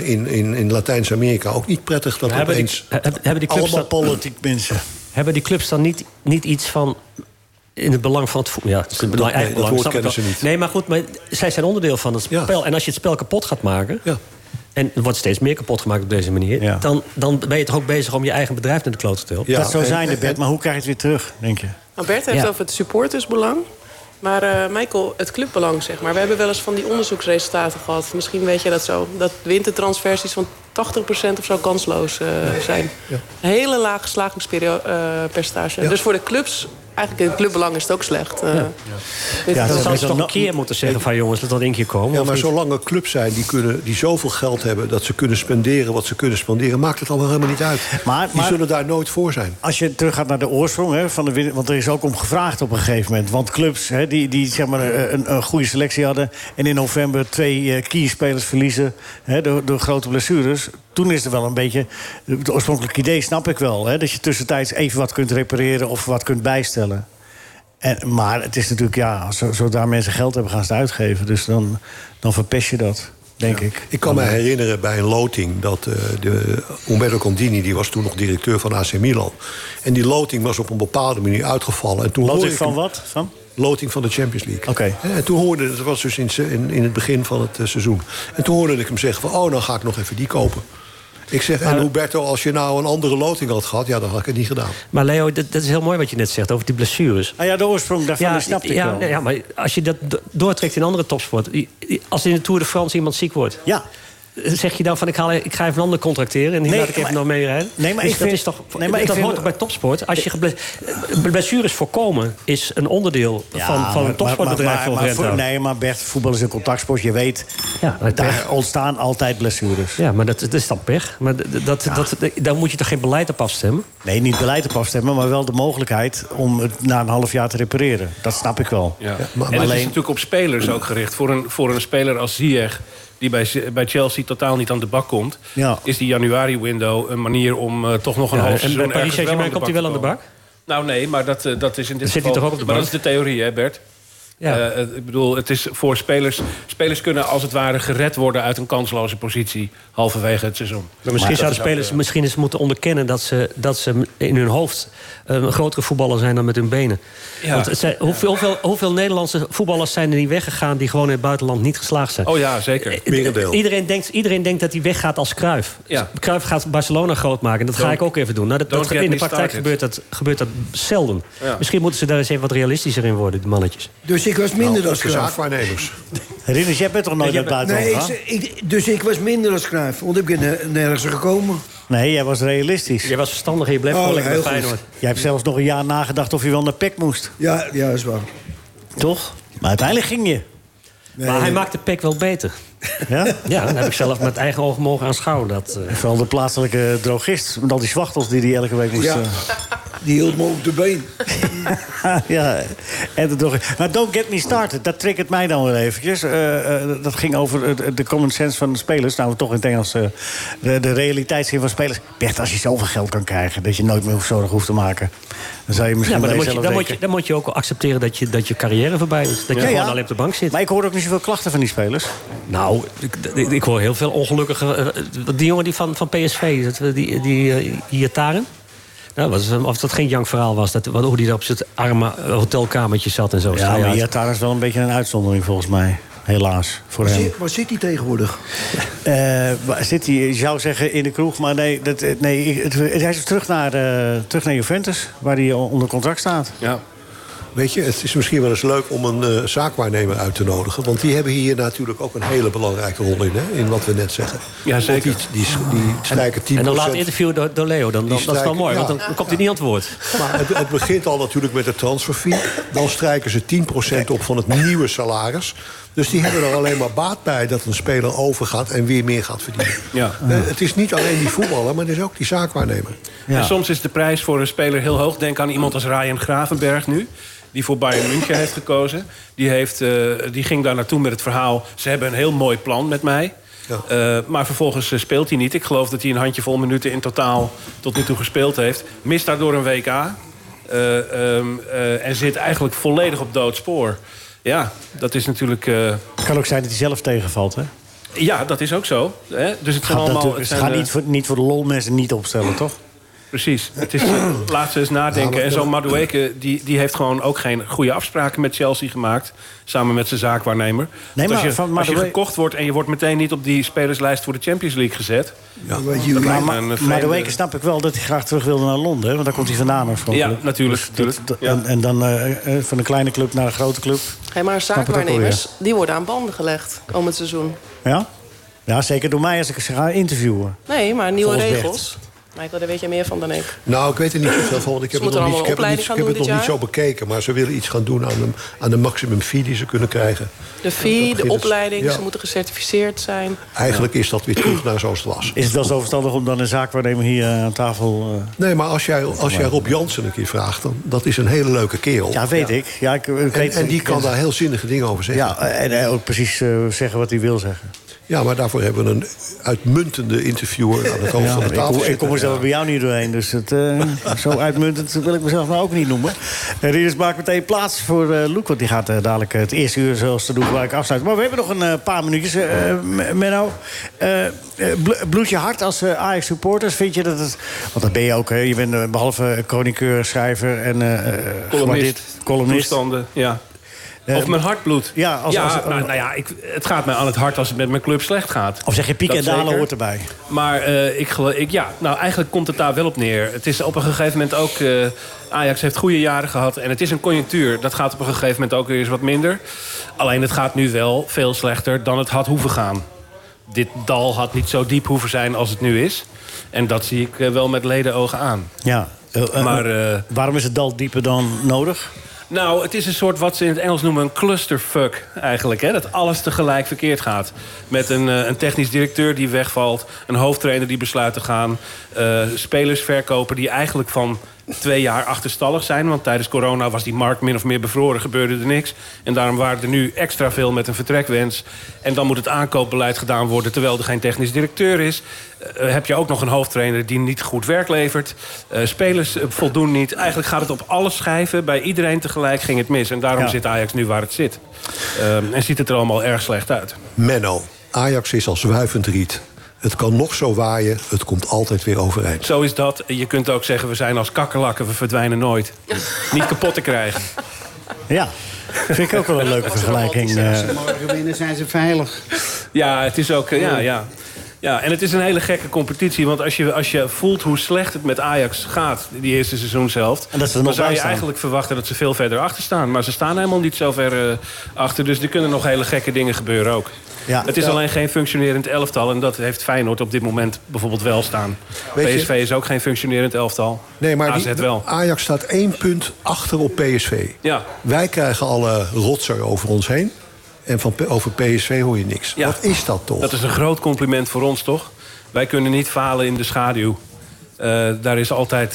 in Latijns-Amerika ook niet prettig... dat opeens hebben die clubs allemaal politiek mensen. Hebben die clubs dan niet iets van... in het belang van het voetbal? Ja, dat woord kennen ze niet. Nee, maar goed, maar zij zijn onderdeel van het spel. Ja. En als je het spel kapot gaat maken... Ja. En er wordt steeds meer kapot gemaakt op deze manier... Ja. Dan ben je toch ook bezig om je eigen bedrijf naar de kloot te tillen. Ja. Dat zou zijn, Bert, maar hoe krijg je het weer terug, denk je? Nou, Bert heeft over het supportersbelang. Maar Michael, het clubbelang, zeg maar. We hebben wel eens van die onderzoeksresultaten gehad. Misschien weet je dat zo. Dat wintertransversies van 80% of zo kansloos zijn. Ja. Een hele laag slagingspercentage. Ja. Dus voor de clubs... Eigenlijk in het clubbelang is het ook slecht. Dat zou je toch een keer moeten zeggen van jongens, laat dat één keer komen. Ja, maar zolang er clubs zijn die zoveel geld hebben... dat ze kunnen spenderen wat ze kunnen spenderen... maakt het allemaal helemaal niet uit. Die zullen daar nooit voor zijn. Als je teruggaat naar de oorsprong van de want er is ook om gevraagd op een gegeven moment. Want clubs die zeg maar een goede selectie hadden... en in november 2 keyspelers verliezen door grote blessures... Toen is er wel een beetje... Het oorspronkelijke idee snap ik wel. Dat je tussentijds even wat kunt repareren of wat kunt bijstellen. Maar het is natuurlijk, zodra mensen geld hebben, gaan ze het uitgeven. Dus dan verpest je dat. denk ik. Ik kan me herinneren bij een loting dat Umberto Condini, die was toen nog directeur van AC Milan. En die loting was op een bepaalde manier uitgevallen. En toen loting van wat? Van? Loting van de Champions League. Oké. En toen hoorde, dat was dus in het begin van het seizoen. En toen hoorde ik hem zeggen van, dan ga ik nog even die kopen. Ik zeg, en Huberto, als je nou een andere loting had gehad, dan had ik het niet gedaan. Maar Leo, dat is heel mooi wat je net zegt over die blessures. Ah ja, de oorsprong daarvan snapte ik wel. Ja, maar als je dat doortrekt in andere topsport, als in de Tour de France iemand ziek wordt, zeg je dan van ik ga even een ander contracteren en die laat ik even nog meerijden? Nee, maar dat hoort toch bij topsport. Als je blessures voorkomen is een onderdeel van een topsportbedrijf. Maar Bert, voetbal is een contactsport. Je weet, daar ontstaan altijd blessures. Ja, maar dat is dan pech. Maar daar moet je toch geen beleid op afstemmen? Nee, niet beleid op afstemmen, maar wel de mogelijkheid om het na een half jaar te repareren. Dat snap ik wel. Ja. Maar het is natuurlijk op spelers ook gericht. Voor een speler als Ziyech, die bij Chelsea totaal niet aan de bak komt, is die januari-window een manier om toch nog een half seizoen ergens wel aan de bak te komen. En bij Paris Saint-Germain komt hij wel aan de bak? Nou nee, maar dat is in dit geval... Toch ook op de bank? Maar dat is de theorie, hè Bert? Ja. Ik bedoel, het is voor spelers... Spelers kunnen als het ware gered worden uit een kansloze positie halverwege het seizoen. Maar misschien zouden spelers misschien eens moeten onderkennen dat ze in hun hoofd een grotere voetballer zijn dan met hun benen. Ja. Want hoeveel Nederlandse voetballers zijn er niet weggegaan die gewoon in het buitenland niet geslaagd zijn? Oh ja, zeker. Iedereen denkt dat hij weggaat als Cruijff. Ja. Cruijff gaat Barcelona groot maken. Dat ga ik ook even doen. Nou, in de praktijk gebeurt dat zelden. Ja. Misschien moeten ze daar eens even wat realistischer in worden, die mannetjes. Dus ik was minder dan Cruijff. Zaakwaarnemers. Rinus, jij bent toch nooit naar het buitenland gegaan? Dus ik was minder dan Cruijff, want ik ben nergens gekomen. Nee, jij was realistisch. Jij was verstandig en je bleef gewoon lekker bij Feyenoord. Jij hebt zelfs nog een jaar nagedacht of je wel naar PEC moest. Ja, dat is waar. Toch? Maar uiteindelijk ging je. Nee, maar hij maakte PEC wel beter. Ja? Ja, dat heb ik zelf met eigen ogen mogen aanschouwen. Vooral de plaatselijke drogist, met al die zwachtels die hij elke week moest... Ja, die hield me op de been. Ja, en de drogist. Maar don't get me started, dat triggert mij dan weer eventjes. Dat ging over de common sense van de spelers. Nou, toch in het Engels de realiteitszin van spelers. Bert, als je zoveel geld kan krijgen dat je nooit meer zorgen hoeft te maken, dan zou je misschien dan moet je ook accepteren dat je carrière voorbij is. Dat je gewoon alleen op de bank zit. Maar ik hoor ook niet zoveel klachten van die spelers. Nou, ik hoor heel veel ongelukkige... Die jongen die van PSV, die Iataren. Nou, of dat geen jankverhaal was, hoe die daar op zijn arme hotelkamertje zat en zo. Ja, maar Iataren is wel een beetje een uitzondering volgens mij. Helaas, voor hem. Waar zit hij tegenwoordig? Zit hij, je zou zeggen, in de kroeg. Maar nee, hij is terug naar Juventus, waar hij onder contract staat. Ja. Weet je, het is misschien wel eens leuk om een zaakwaarnemer uit te nodigen. Want die hebben hier natuurlijk ook een hele belangrijke rol in, hè, in wat we net zeggen. Ja, zeker. Die strijken 10%. En dan laat interview door Leo, dat is wel mooi, want dan komt hij niet aan het woord. Maar het begint al natuurlijk met de transferfee. Dan strijken ze 10% op van het nieuwe salaris. Dus die hebben er alleen maar baat bij dat een speler overgaat en weer meer gaat verdienen. Ja. Het is niet alleen die voetballer, maar het is ook die zaakwaarnemer. Ja. En soms is de prijs voor een speler heel hoog. Denk aan iemand als Ryan Gravenberg nu, die voor Bayern München heeft gekozen. Die ging daar naartoe met het verhaal, ze hebben een heel mooi plan met mij. Ja. Maar vervolgens speelt hij niet. Ik geloof dat hij een handjevol minuten in totaal tot nu toe gespeeld heeft. Mist daardoor een WK. En zit eigenlijk volledig op doodspoor. Ja, dat is natuurlijk... Het kan ook zijn dat hij zelf tegenvalt, hè? Ja, dat is ook zo. Hè? Dus het gaat niet voor de lol mensen niet opstellen, toch? Precies. Het is, laat ze eens nadenken. Ja, en zo'n Madueke, die heeft gewoon ook geen goede afspraken met Chelsea gemaakt. Samen met zijn zaakwaarnemer. Nee, als je gekocht wordt en je wordt meteen niet op die spelerslijst voor de Champions League gezet. Ja. Maar de weken snap ik wel dat hij graag terug wilde naar Londen. Hè? Want daar komt hij vandaan oorspronkelijk. Ja, natuurlijk. Dus en dan van een kleine club naar een grote club. Hey, maar zaakwaarnemers, die worden aan banden gelegd komend seizoen. Ja? Ja, zeker door mij als ik ze ga interviewen. Nee, maar nieuwe regels. Michael, daar weet jij meer van dan ik. Nou, ik weet er niet zoveel van, want ik heb het nog niet zo bekeken. Maar ze willen iets gaan doen aan de maximum fee die ze kunnen krijgen. De fee, de opleiding, ze moeten gecertificeerd zijn. Eigenlijk is dat weer terug naar zoals het was. Is het wel zo verstandig om dan een zaakwaarnemer hier aan tafel... Nee, maar als jij Rob Jansen een keer vraagt, dan dat is een hele leuke kerel. Ja, weet ik. Ja, en die kan daar heel zinnige dingen over zeggen. Ja, en ook precies zeggen wat hij wil zeggen. Ja, maar daarvoor hebben we een uitmuntende interviewer aan het hoofd van de tafel. Ik kom er zelf bij jou niet doorheen, dus zo uitmuntend wil ik mezelf nou ook niet noemen. Rieders maakt meteen plaats voor Loek, want die gaat dadelijk het eerste uur zoals te doen gelijk afsluiten. Maar we hebben nog een paar minuutjes. Menno, bloed je hart als Ajax-supporters? Vind je dat het... Want dat ben je ook, hè? Je bent behalve chroniqueur, schrijver en columnist. Toestanden, ja. Of mijn hart bloedt. Ja, het gaat mij aan het hart als het met mijn club slecht gaat. Of zeg je piek en dalen hoort erbij. Maar eigenlijk komt het daar wel op neer. Het is op een gegeven moment ook... Ajax heeft goede jaren gehad en het is een conjunctuur. Dat gaat op een gegeven moment ook weer eens wat minder. Alleen het gaat nu wel veel slechter dan het had hoeven gaan. Dit dal had niet zo diep hoeven zijn als het nu is. En dat zie ik wel met ledenogen aan. Ja, maar waarom is het dal dieper dan nodig? Nou, het is een soort wat ze in het Engels noemen een clusterfuck eigenlijk. Hè? Dat alles tegelijk verkeerd gaat. Met een technisch directeur die wegvalt. Een hoofdtrainer die besluit te gaan. Spelers verkopen die eigenlijk van 2 jaar achterstallig zijn. Want tijdens corona was die markt min of meer bevroren. Gebeurde er niks. En daarom waren er nu extra veel met een vertrekwens. En dan moet het aankoopbeleid gedaan worden terwijl er geen technisch directeur is. Heb je ook nog een hoofdtrainer die niet goed werk levert. Spelers voldoen niet. Eigenlijk gaat het op alle schijven. Bij iedereen tegelijk ging het mis. En daarom zit Ajax nu waar het zit. En ziet het er allemaal erg slecht uit. Menno, Ajax is als wuivend riet. Het kan nog zo waaien, het komt altijd weer overeind. Zo is dat. Je kunt ook zeggen, we zijn als kakkerlakken, we verdwijnen nooit. Niet kapot te krijgen. Ja, vind ik ook wel een leuke vergelijking. Als ze morgen winnen, zijn ze veilig. Ja, het is ook... Ja, en het is een hele gekke competitie. Want als je voelt hoe slecht het met Ajax gaat, die eerste seizoenshelft, dan zou je eigenlijk verwachten dat ze veel verder achter staan. Maar ze staan helemaal niet zo ver achter. Dus er kunnen nog hele gekke dingen gebeuren ook. Ja, het is alleen geen functionerend elftal. En dat heeft Feyenoord op dit moment bijvoorbeeld wel staan. PSV is ook geen functionerend elftal. Nee, maar AZ wel. Ajax staat 1 punt achter op PSV. Ja. Wij krijgen alle rotzooi over ons heen. En over PSV hoor je niks. Ja. Wat is dat toch? Dat is een groot compliment voor ons, toch? Wij kunnen niet falen in de schaduw. Daar is altijd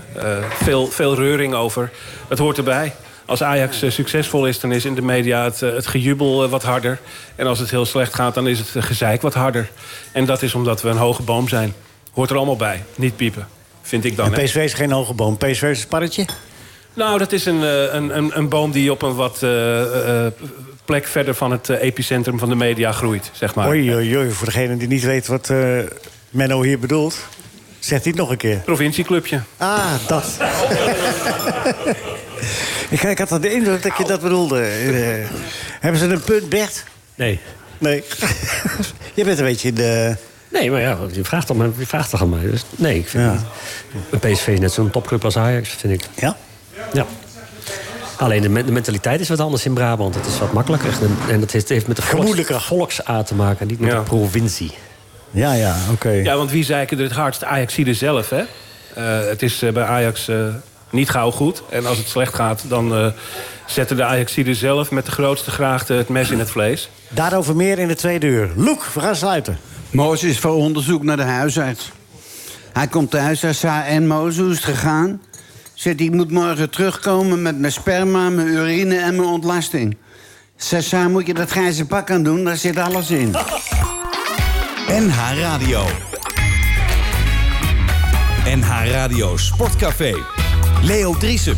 veel reuring over. Dat hoort erbij. Als Ajax succesvol is, dan is in de media het gejubel wat harder. En als het heel slecht gaat, dan is het gezeik wat harder. En dat is omdat we een hoge boom zijn. Hoort er allemaal bij. Niet piepen, vind ik dan. En PSV is geen hoge boom. PSV is een sparretje? Nou, dat is een boom die op een wat plek verder van het epicentrum van de media groeit, zeg maar. Oei, voor degene die niet weet wat Menno hier bedoelt, zegt hij het nog een keer. Provincieclubje. Ah, dat. Ik had de indruk dat je dat bedoelde. Hebben ze een punt, Bert? Nee. Je bent een beetje in de... Nee, maar ja, je vraagt toch aan mij. Dus nee, ik vind een PSV is net zo'n topclub als Ajax, vind ik. Ja? Ja. Alleen de mentaliteit is wat anders in Brabant. Het is wat makkelijker. En dat heeft met de volksaard te maken, niet met de provincie. Ja, oké. Ja, want wie zeiken er het hardst? Ajaxiden zelf, hè? Het is bij Ajax niet gauw goed. En als het slecht gaat, dan zetten de Ajaxiden zelf met de grootste graagte het mes in het vlees. Daarover meer in de tweede uur. Loek, we gaan sluiten. Mozes is voor onderzoek naar de huisarts. Hij komt thuis, hij zei, en Mozes, hoe is het gegaan? Zegt, ik moet morgen terugkomen met mijn sperma, mijn urine en mijn ontlasting. Zegt, moet je dat grijze pak aan doen? Daar zit alles in. NH Radio. NH Radio Sportcafé. Leo Driessen.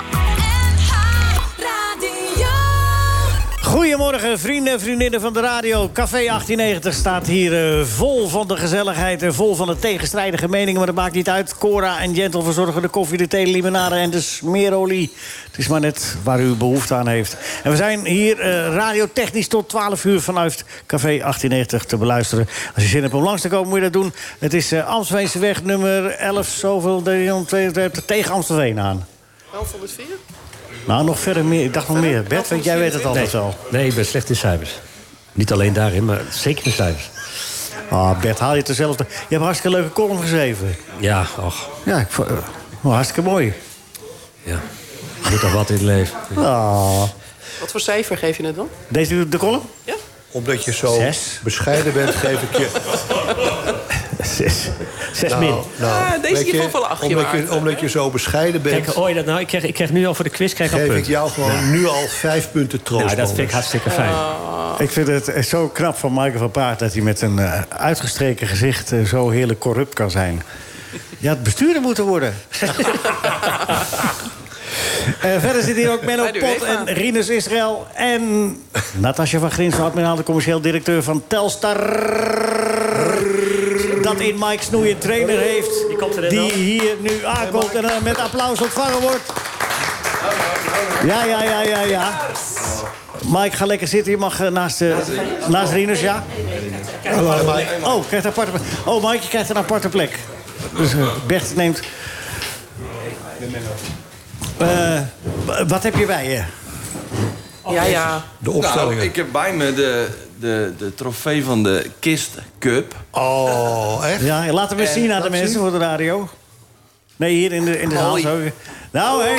Goedemorgen, vrienden en vriendinnen van de radio. Café 1890 staat hier vol van de gezelligheid en vol van de tegenstrijdige meningen. Maar dat maakt niet uit. Cora en Gentle verzorgen de koffie, de thee, de limonade en de smeerolie. Het is maar net waar u behoefte aan heeft. En we zijn hier radiotechnisch tot 12 uur vanuit Café 1890 te beluisteren. Als je zin hebt om langs te komen, moet je dat doen. Het is Amstelveenseweg nummer 11, zoveel 332, tegen Amstelveen aan. 1104? Nou, nog verder meer. Ik dacht nog meer. Bert, want jij weet het altijd wel. Nee, ik ben slecht in cijfers. Niet alleen daarin, maar zeker in cijfers. Ah, Bert, haal je het er zelf... Je hebt een hartstikke leuke column geschreven. Ja, och. Ja, ik vond, hartstikke mooi. Ja, er moet toch wat in het leven. Ah. Wat voor cijfer geef je het dan? Deze de column? Ja. Omdat je zo bescheiden bent, geef ik je... 6 min. Deze keer van 8 omdat je zo bescheiden bent... Kijk, hoor je dat nou? Ik krijg nu al voor de quiz... Geef ik jou gewoon nu al 5 punten troost. Nou, dat vind ik hartstikke fijn. Ik vind het zo knap van Michael van Praag... dat hij met een uitgestreken gezicht zo heerlijk corrupt kan zijn. Ja, het bestuurder moeten worden. Verder zit hier ook Menno Pot en Rinus Israël... en Natasja van Grins, admiraal, de commercieel directeur van Telstar... dat in Mike Snoei een trainer heeft... die hier nu aankomt en met applaus ontvangen wordt. Ja. Mike, ga lekker zitten. Je mag naast Rinus, ja? Oh, krijgt een aparte plek. Oh, Mike, je krijgt een aparte plek. Dus Bert neemt... wat heb je bij je? Ja. De opstellingen. Nou, ik heb bij me de trofee van de Kist Cup. Oh, echt? Ja, laat hem eens zien aan de mensen voor de radio. Nee, hier in de zaal. Zo. Nou, hé.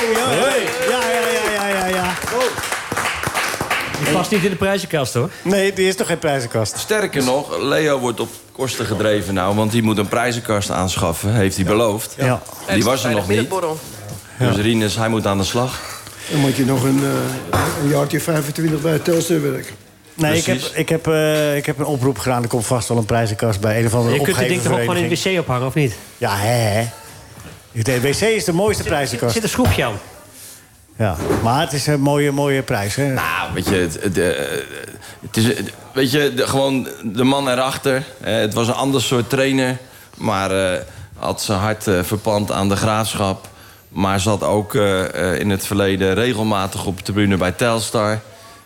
Ja. Die past niet in de prijzenkast, hoor. Nee, die is toch geen prijzenkast? Sterker nog, Leo wordt op kosten gedreven nou... want die moet een prijzenkast aanschaffen, heeft hij beloofd. Ja. Die was er nog niet. Dus Rinus, hij moet aan de slag. Dan moet je nog een jaartje 25 bij Telstar werken. Nee, ik heb een oproep gedaan. Er komt vast wel een prijzenkast bij een of andere opgegeven vereniging. Je kunt het ding toch ook gewoon in de wc ophangen, of niet? Ja, hè. De wc is de mooiste prijzenkast. Er zit een schroefje aan. Ja, maar het is een mooie prijs, hè? Nou, weet je, gewoon de man erachter. Het was een ander soort trainer. Maar had zijn hart verpand aan de Graafschap. Maar zat ook in het verleden regelmatig op de tribune bij Telstar.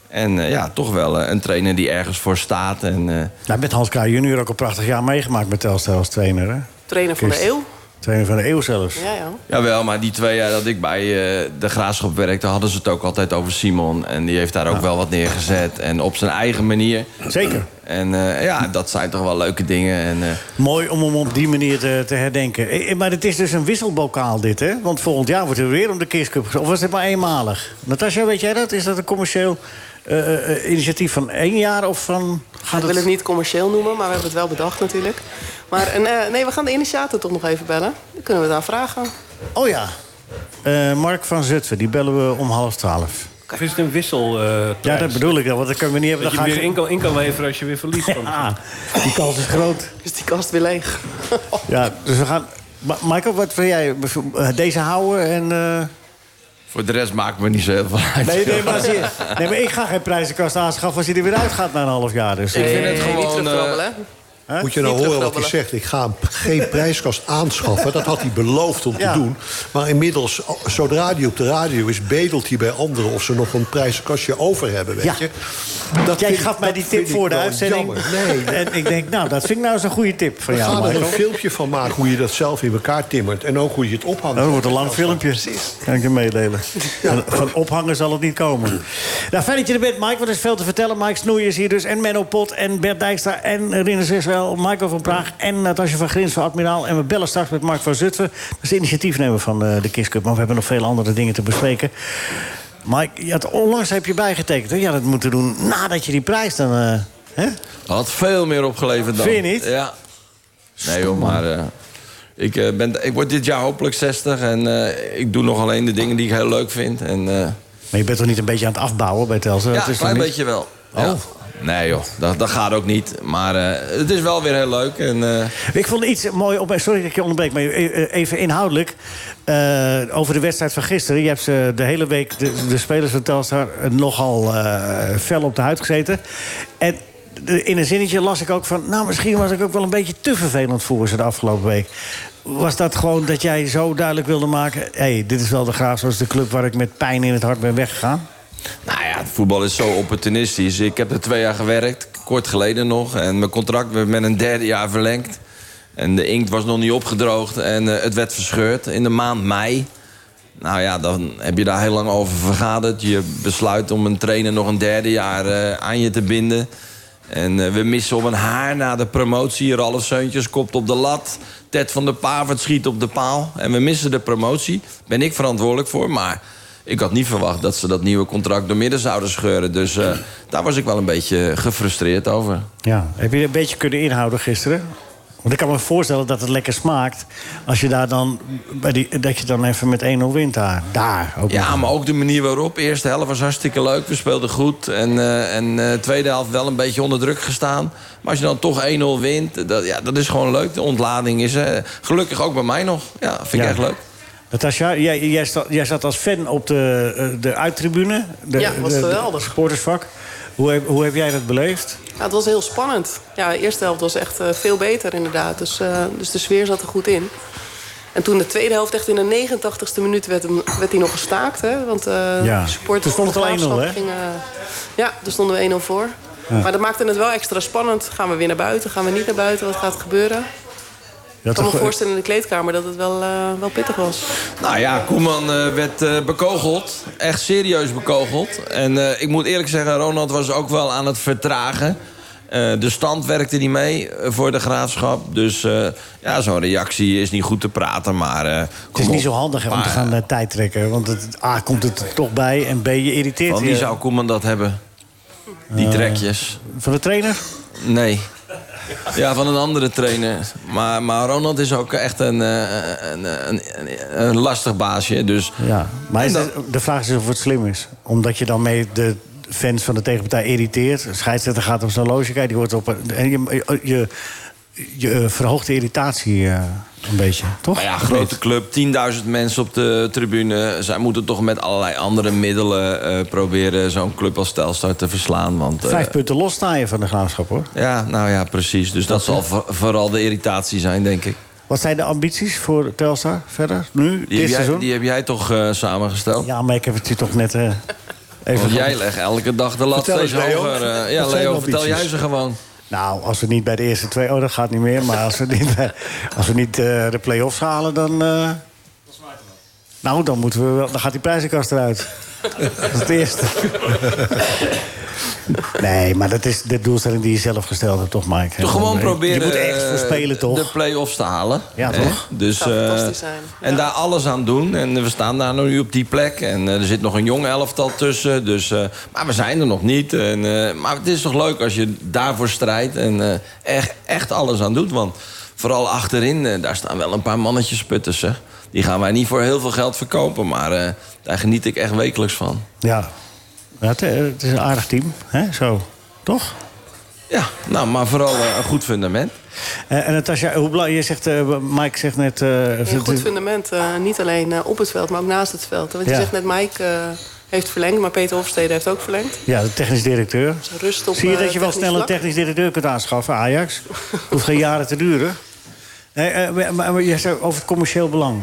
En toch wel een trainer die ergens voor staat. Met Hans Kraaij junior ook een prachtig jaar meegemaakt met Telstar als trainer, hè? Trainer van de eeuw. Trainer van de eeuw zelfs. Ja. Jawel, maar die 2 jaar dat ik bij de Graafschap werkte... hadden ze het ook altijd over Simon. En die heeft daar ook wel wat neergezet. En op zijn eigen manier. Zeker. En dat zijn toch wel leuke dingen. Mooi om hem op die manier te herdenken. Maar het is dus een wisselbokaal dit, hè? Want volgend jaar wordt er weer om de Kiss Cup. Of was het maar eenmalig? Natasja, weet jij dat? Is dat een commercieel initiatief van 1 jaar? Of van... Ik wil het niet commercieel noemen, maar we hebben het wel bedacht natuurlijk. Maar we gaan de initiator toch nog even bellen. Dan kunnen we daar vragen. Oh ja. Mark van Zutphen, die bellen we om 11:30. Of is het een wissel? Ja, dat bedoel ik dan, want dat kunnen we niet hebben. Dat je weer in kan leveren als je weer verliest. Ja, die kans is groot. Is die kast weer leeg? Ja, dus we gaan... Michael, wat wil jij? Deze houden en... Voor de rest maakt me niet zo heel veel uit. Nee, maar ik ga geen prijzenkast aanschaffen als hij er weer uitgaat na een half jaar. Dus. Ik vind het gewoon... Moet je nou horen wat hij zegt? Ik ga geen prijskast aanschaffen. Dat had hij beloofd om te doen. Maar inmiddels, zodra hij op de radio is... bedelt hij bij anderen of ze nog een prijzenkastje over hebben, weet je. Jij gaf mij die tip voor de uitzending. Nee. En ik denk, dat vind ik nou eens een goede tip van jou. We gaan er een filmpje van maken hoe je dat zelf in elkaar timmert. En ook hoe je het ophangt. Dat wordt een lang filmpje. Precies. Kan ik je meedelen. Ja. Van ophangen zal het niet komen. Nou, fijn dat je er bent, Mike. Want er is veel te vertellen. Mike Snoei is hier dus. En Menno Pot en Bert Dijkstra en Rinus Israël. Michael van Praag en Natasja van Grins van Admiraal. En we bellen straks met Mark van Zutphen. Dat is de initiatiefnemer van de Kiss Cup. Maar we hebben nog veel andere dingen te bespreken. Mike, onlangs heb je bijgetekend. Je had het moeten doen nadat je die prijs dan... hè? Had veel meer opgeleverd dan. Vind je niet? Ja. Nee joh, maar... ik word dit jaar hopelijk 60. En ik doe nog alleen de dingen die ik heel leuk vind. Maar je bent toch niet een beetje aan het afbouwen bij Telstar? Ja, een klein beetje wel. Oh. Ja. Nee joh, dat gaat ook niet. Maar het is wel weer heel leuk. Ik vond iets mooi op. Sorry dat ik je onderbreek, maar even inhoudelijk. Over de wedstrijd van gisteren. Je hebt de hele week de spelers van Telstar nogal fel op de huid gezeten. En in een zinnetje las ik ook van... nou, misschien was ik ook wel een beetje te vervelend voor ze de afgelopen week. Was dat gewoon dat jij zo duidelijk wilde maken... hey, dit is wel de Graafschap, zoals de club waar ik met pijn in het hart ben weggegaan? Nou ja, het voetbal is zo opportunistisch. Ik heb er 2 jaar gewerkt, kort geleden nog. En mijn contract werd met een 3e jaar verlengd. En de inkt was nog niet opgedroogd. En het werd verscheurd in de maand mei. Nou ja, dan heb je daar heel lang over vergaderd. Je besluit om een trainer nog een 3e jaar aan je te binden. En we missen op een haar na de promotie. Ralf Seuntjes kopt op de lat. Ted van der Pavert schiet op de paal. En we missen de promotie. Ben ik verantwoordelijk voor, maar... ik had niet verwacht dat ze dat nieuwe contract doormidden zouden scheuren. Dus daar was ik wel een beetje gefrustreerd over. Ja, heb je een beetje kunnen inhouden gisteren? Want ik kan me voorstellen dat het lekker smaakt als je daar dan dat je dan even met 1-0 wint daar ook. Ja, maar ook de manier waarop. De eerste helft was hartstikke leuk. We speelden goed. En tweede helft wel een beetje onder druk gestaan. Maar als je dan toch 1-0 wint, dat is gewoon leuk. De ontlading is gelukkig ook bij mij nog. Ja, vind ik echt leuk. Natasja, jij zat als fan op de uittribune. Was geweldig. Supportersvak. Hoe heb jij dat beleefd? Ja, het was heel spannend. Ja, de eerste helft was echt veel beter inderdaad. Dus de sfeer zat er goed in. En toen de tweede helft, echt in de 89ste minuut, werd hij nog gestaakt. Hè? Want supporters... Toen stond het al 1-0, hè? Ja, toen stonden we 1-0 voor. Ja. Maar dat maakte het wel extra spannend. Gaan we weer naar buiten? Gaan we niet naar buiten? Wat gaat er gebeuren? Ik kan me voorstellen in de kleedkamer dat het wel pittig was. Nou ja, Koeman werd bekogeld. Echt serieus bekogeld. En ik moet eerlijk zeggen, Ronald was ook wel aan het vertragen. De stand werkte niet mee voor de Graafschap. Dus zo'n reactie is niet goed te praten. Maar, het is niet zo handig om te gaan tijd trekken. Want A, komt het er toch bij en B, je irriteert. Van wie zou Koeman dat hebben? Die trekjes. Van de trainer? Nee. Ja, van een andere trainer. Maar Ronald is ook echt een lastig baasje. Dus. Ja, maar de vraag is of het slim is. Omdat je dan mee de fans van de tegenpartij irriteert. De scheidsrechter gaat op zijn horloge kijken. Die hoort op, en je verhoogt de irritatie een beetje, toch? Maar ja, grote club, 10.000 mensen op de tribune. Zij moeten toch met allerlei andere middelen proberen zo'n club als Telstar te verslaan. Want, 5 punten los sta je van de Graafschap, hoor. Ja, nou ja, precies. Dus dat zal vooral de irritatie zijn, denk ik. Wat zijn de ambities voor Telstar verder, nu, dit seizoen? Die heb jij toch samengesteld? Ja, maar ik heb het hier toch net even... Want jij legt elke dag de lat steeds hoger. Leo, vertel jij ze gewoon. Nou, als we niet bij de eerste 2... Oh, dat gaat niet meer. Maar als we niet de play-offs halen, dan... Nou, dan gaat die prijzenkast eruit. Dat is het eerste. Nee, maar dat is de doelstelling die je zelf gesteld hebt, toch, Mike? Toch gewoon proberen je moet echt voorspelen, toch? De play-offs te halen. Ja, toch? Dus, dat zou fantastisch zijn. En daar alles aan doen. En we staan daar nu op die plek. En er zit nog een jong elftal tussen. Dus, maar we zijn er nog niet. Maar het is toch leuk als je daarvoor strijdt. En echt alles aan doet. Want vooral achterin, daar staan wel een paar mannetjes putters, zeg. Die gaan wij niet voor heel veel geld verkopen. Maar daar geniet ik echt wekelijks van. Ja. Ja, het is een aardig team, hè? Zo, toch? Ja, nou, maar vooral een goed fundament. En Natasja, hoe belangrijk, je zegt, Mike zegt net... een goed fundament, niet alleen op het veld, maar ook naast het veld. Want je zegt net, Mike heeft verlengd, maar Peter Hofstede heeft ook verlengd. Ja, de technisch directeur. Dus rust op, zie je dat je wel snel een technisch directeur kunt aanschaffen, Ajax? Hoeft geen jaren te duren. Maar je zegt over het commercieel belang.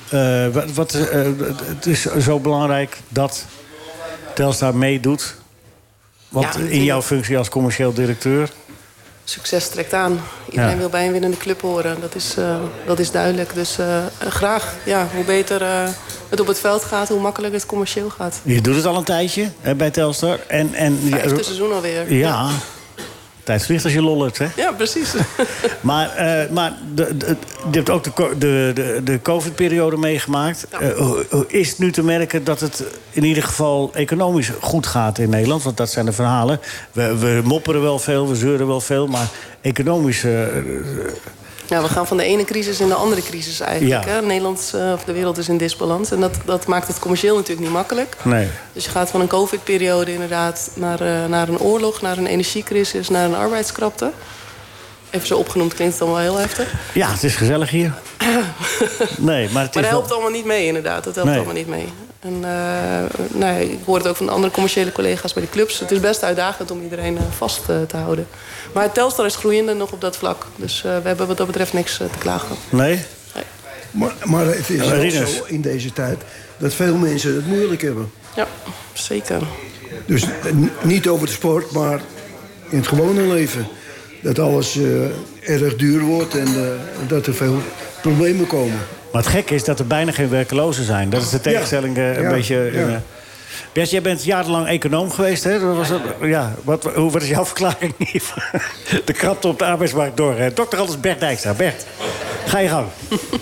Het is zo belangrijk dat Telstar meedoet. Want in jouw functie als commercieel directeur... Succes trekt aan. Iedereen wil bij een winnende club horen. Dat is duidelijk. Dus graag. Ja, hoe beter het op het veld gaat, hoe makkelijker het commercieel gaat. Je doet het al een tijdje bij Telstar. Vijfde seizoen alweer. Ja. Tijd vliegt als je lol hebt, hè? Ja, precies. Maar je hebt ook de COVID-periode meegemaakt. Ja. Is het nu te merken dat het in ieder geval economisch goed gaat in Nederland? Want dat zijn de verhalen. We mopperen wel veel, we zeuren wel veel, maar economisch... Ja, we gaan van de ene crisis in de andere crisis eigenlijk. Ja. Hè? De wereld is in disbalans. En dat maakt het commercieel natuurlijk niet makkelijk. Nee. Dus je gaat van een COVID-periode inderdaad naar een oorlog, naar een energiecrisis, naar een arbeidskrapte. Even zo opgenoemd klinkt het dan wel heel heftig. Ja, het is gezellig hier. Nee, maar het helpt allemaal niet mee, inderdaad. Dat helpt allemaal niet mee. En ik hoor het ook van de andere commerciële collega's bij de clubs. Het is best uitdagend om iedereen vast te houden. Maar Telstar is groeiende nog op dat vlak. Dus we hebben wat dat betreft niks te klagen. Nee? Maar het is ook zo in deze tijd dat veel mensen het moeilijk hebben. Ja, zeker. Dus niet over de sport, maar in het gewone leven. Dat alles erg duur wordt en dat er veel problemen komen. Maar het gekke is dat er bijna geen werklozen zijn. Dat is de tegenstelling een beetje... Ja. Bert, jij bent jarenlang econoom geweest, hè? Wat is jouw verklaring? De krapte op de arbeidsmarkt door. Dokter Anders Bert Dijkstra. Bert. Ga je gang.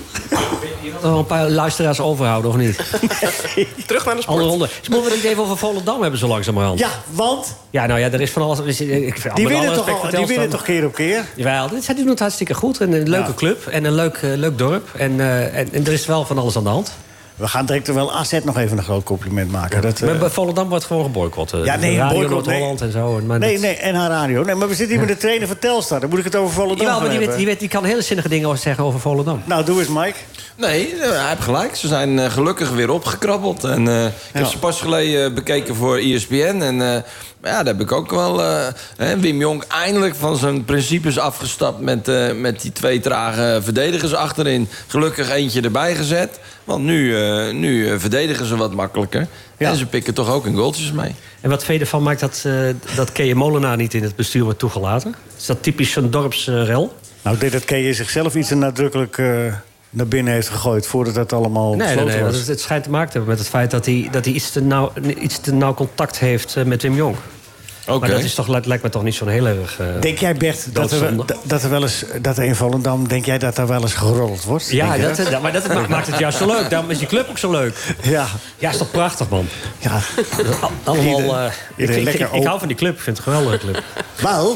Nog een paar luisteraars overhouden, of niet? Terug naar de sport. Alle ronde. Dus moeten we het even over Volendam hebben, zo langzamerhand. Ja, want? Ja, nou ja, er is van alles. Die winnen toch keer op keer? Jawel, die doen het hartstikke goed. En een leuke club en een leuk dorp. En er is wel van alles aan de hand. We gaan direct wel AZ nog even een groot compliment maken. Dat, Maar bij Volendam wordt gewoon geboycott. Ja, nee, Radio Noord-Holland en zo. Nee, en haar radio. Nee, maar we zitten hier met de trainer van Telstar. Dan moet ik het over Volendam maar hebben. die kan hele zinnige dingen zeggen over Volendam. Nou, doe eens, Mike. Nee, hij heeft gelijk. Ze zijn gelukkig weer opgekrabbeld. En ik heb ze pas geleden bekeken voor ESPN. En daar heb ik ook wel... Wim Jonk eindelijk van zijn principes afgestapt... met die 2 trage verdedigers achterin. Gelukkig eentje erbij gezet. Want nu verdedigen ze wat makkelijker. Ja. En ze pikken toch ook een goaltjes mee. En wat vind je ervan maakt dat Keje Molenaar niet in het bestuur wordt toegelaten? Is dat typisch zo'n dorpsrel? Nou, ik denk dat Keje zichzelf iets te nadrukkelijk... naar binnen heeft gegooid voordat dat allemaal besloten was. Het schijnt te maken te hebben met het feit dat hij iets te nauw contact heeft met Wim Jonk. Okay. Maar dat is toch, lijkt me toch niet zo'n heel erg. Denk jij, Bert, dat er wel eens, dat er in Volendam, denk jij dat daar wel eens geroddeld wordt? Ja, maar dat maakt het juist zo leuk. Daarom is die club ook zo leuk. Ja, is toch prachtig, man. Ja. Allemaal. Ik hou van die club. Ik vind het een geweldige club. Wel.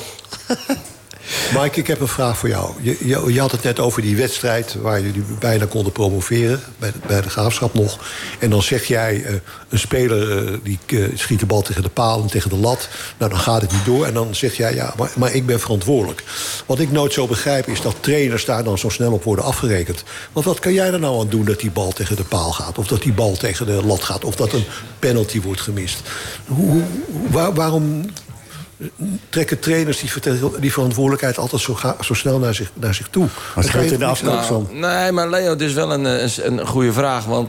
Mike, ik heb een vraag voor jou. Je had het net over die wedstrijd waar jullie bijna konden promoveren. Bij de Graafschap nog. En dan zeg jij, een speler die schiet de bal tegen de paal en tegen de lat. Nou, dan gaat het niet door. En dan zeg jij, ja, maar ik ben verantwoordelijk. Wat ik nooit zo begrijp is dat trainers daar dan zo snel op worden afgerekend. Want wat kan jij er nou aan doen dat die bal tegen de paal gaat? Of dat die bal tegen de lat gaat? Of dat een penalty wordt gemist? Waarom... trekken trainers die verantwoordelijkheid altijd zo snel naar zich toe? Wat gebeurt in de afkoopsom? Nee, maar Leo, het is wel een goede vraag. Want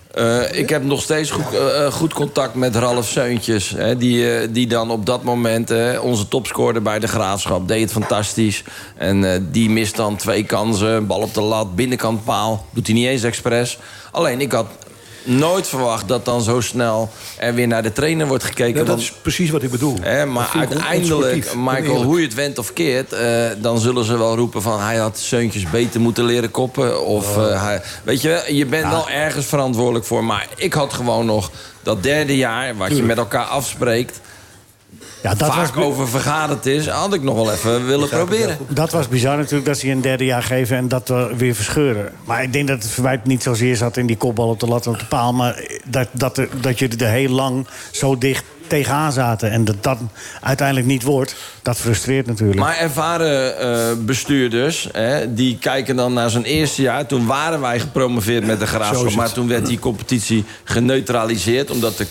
ik heb nog steeds goed contact met Ralf Seuntjes. Die dan op dat moment, onze topscorer bij de Graafschap... deed het fantastisch. En die mist dan 2 kansen, bal op de lat, binnenkant paal. Doet hij niet eens expres. Alleen, ik had... nooit verwacht dat dan zo snel er weer naar de trainer wordt gekeken. Ja, dat is precies wat ik bedoel. Maar uiteindelijk, Michael, hoe je het went of keert... dan zullen ze wel roepen van... hij had Seuntjes beter moeten leren koppen. Of, weet je bent wel ergens verantwoordelijk voor. Maar ik had gewoon nog dat 3e jaar... wat je met elkaar afspreekt... Ja, dat vaak over vergaderd is, had ik nog wel even willen proberen. Dat was bizar natuurlijk, dat ze je een 3e jaar geven... en dat we weer verscheuren. Maar ik denk dat het verwijt niet zozeer zat in die kopbal op de lat en op de paal... maar dat je er heel lang zo dicht tegenaan zaten... en dat uiteindelijk niet wordt, dat frustreert natuurlijk. Maar ervaren bestuurders, die kijken dan naar zijn eerste jaar... toen waren wij gepromoveerd met de Graafschap... maar toen werd die competitie geneutraliseerd... omdat de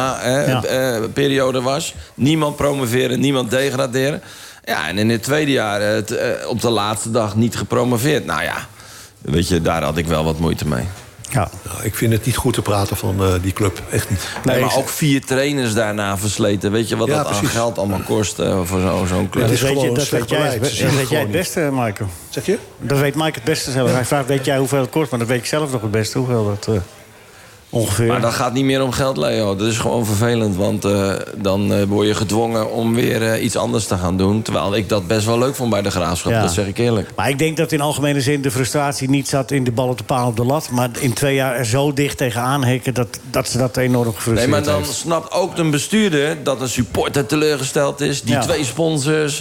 corona-periode was. Niemand promoveren, niemand degraderen. Ja, en in het 2e jaar op de laatste dag niet gepromoveerd. Nou ja, weet je, daar had ik wel wat moeite mee. Ja. Nou, ik vind het niet goed te praten van die club, echt niet. Nee, maar ook 4 trainers daarna versleten. Weet je wat dat aan geld allemaal kost voor zo'n club? Ja, dat weet jij het beste, Michael. Zeg je? Dat weet Mike het beste zelf. Hij vraagt, weet jij hoeveel het kost? Maar dat weet ik zelf nog het beste, hoeveel dat ongeveer... Maar dat gaat niet meer om geld, Leo. Dat is gewoon vervelend, want dan word je gedwongen om weer iets anders te gaan doen. Terwijl ik dat best wel leuk vond bij de Graafschap, dat zeg ik eerlijk. Maar ik denk dat in algemene zin de frustratie niet zat in de bal op de paal op de lat. Maar in 2 jaar er zo dicht tegenaan hikken dat ze dat enorm gefrustreerd heeft. Nee, maar dan snapt ook een bestuurder dat een supporter teleurgesteld is. Die 2 sponsors,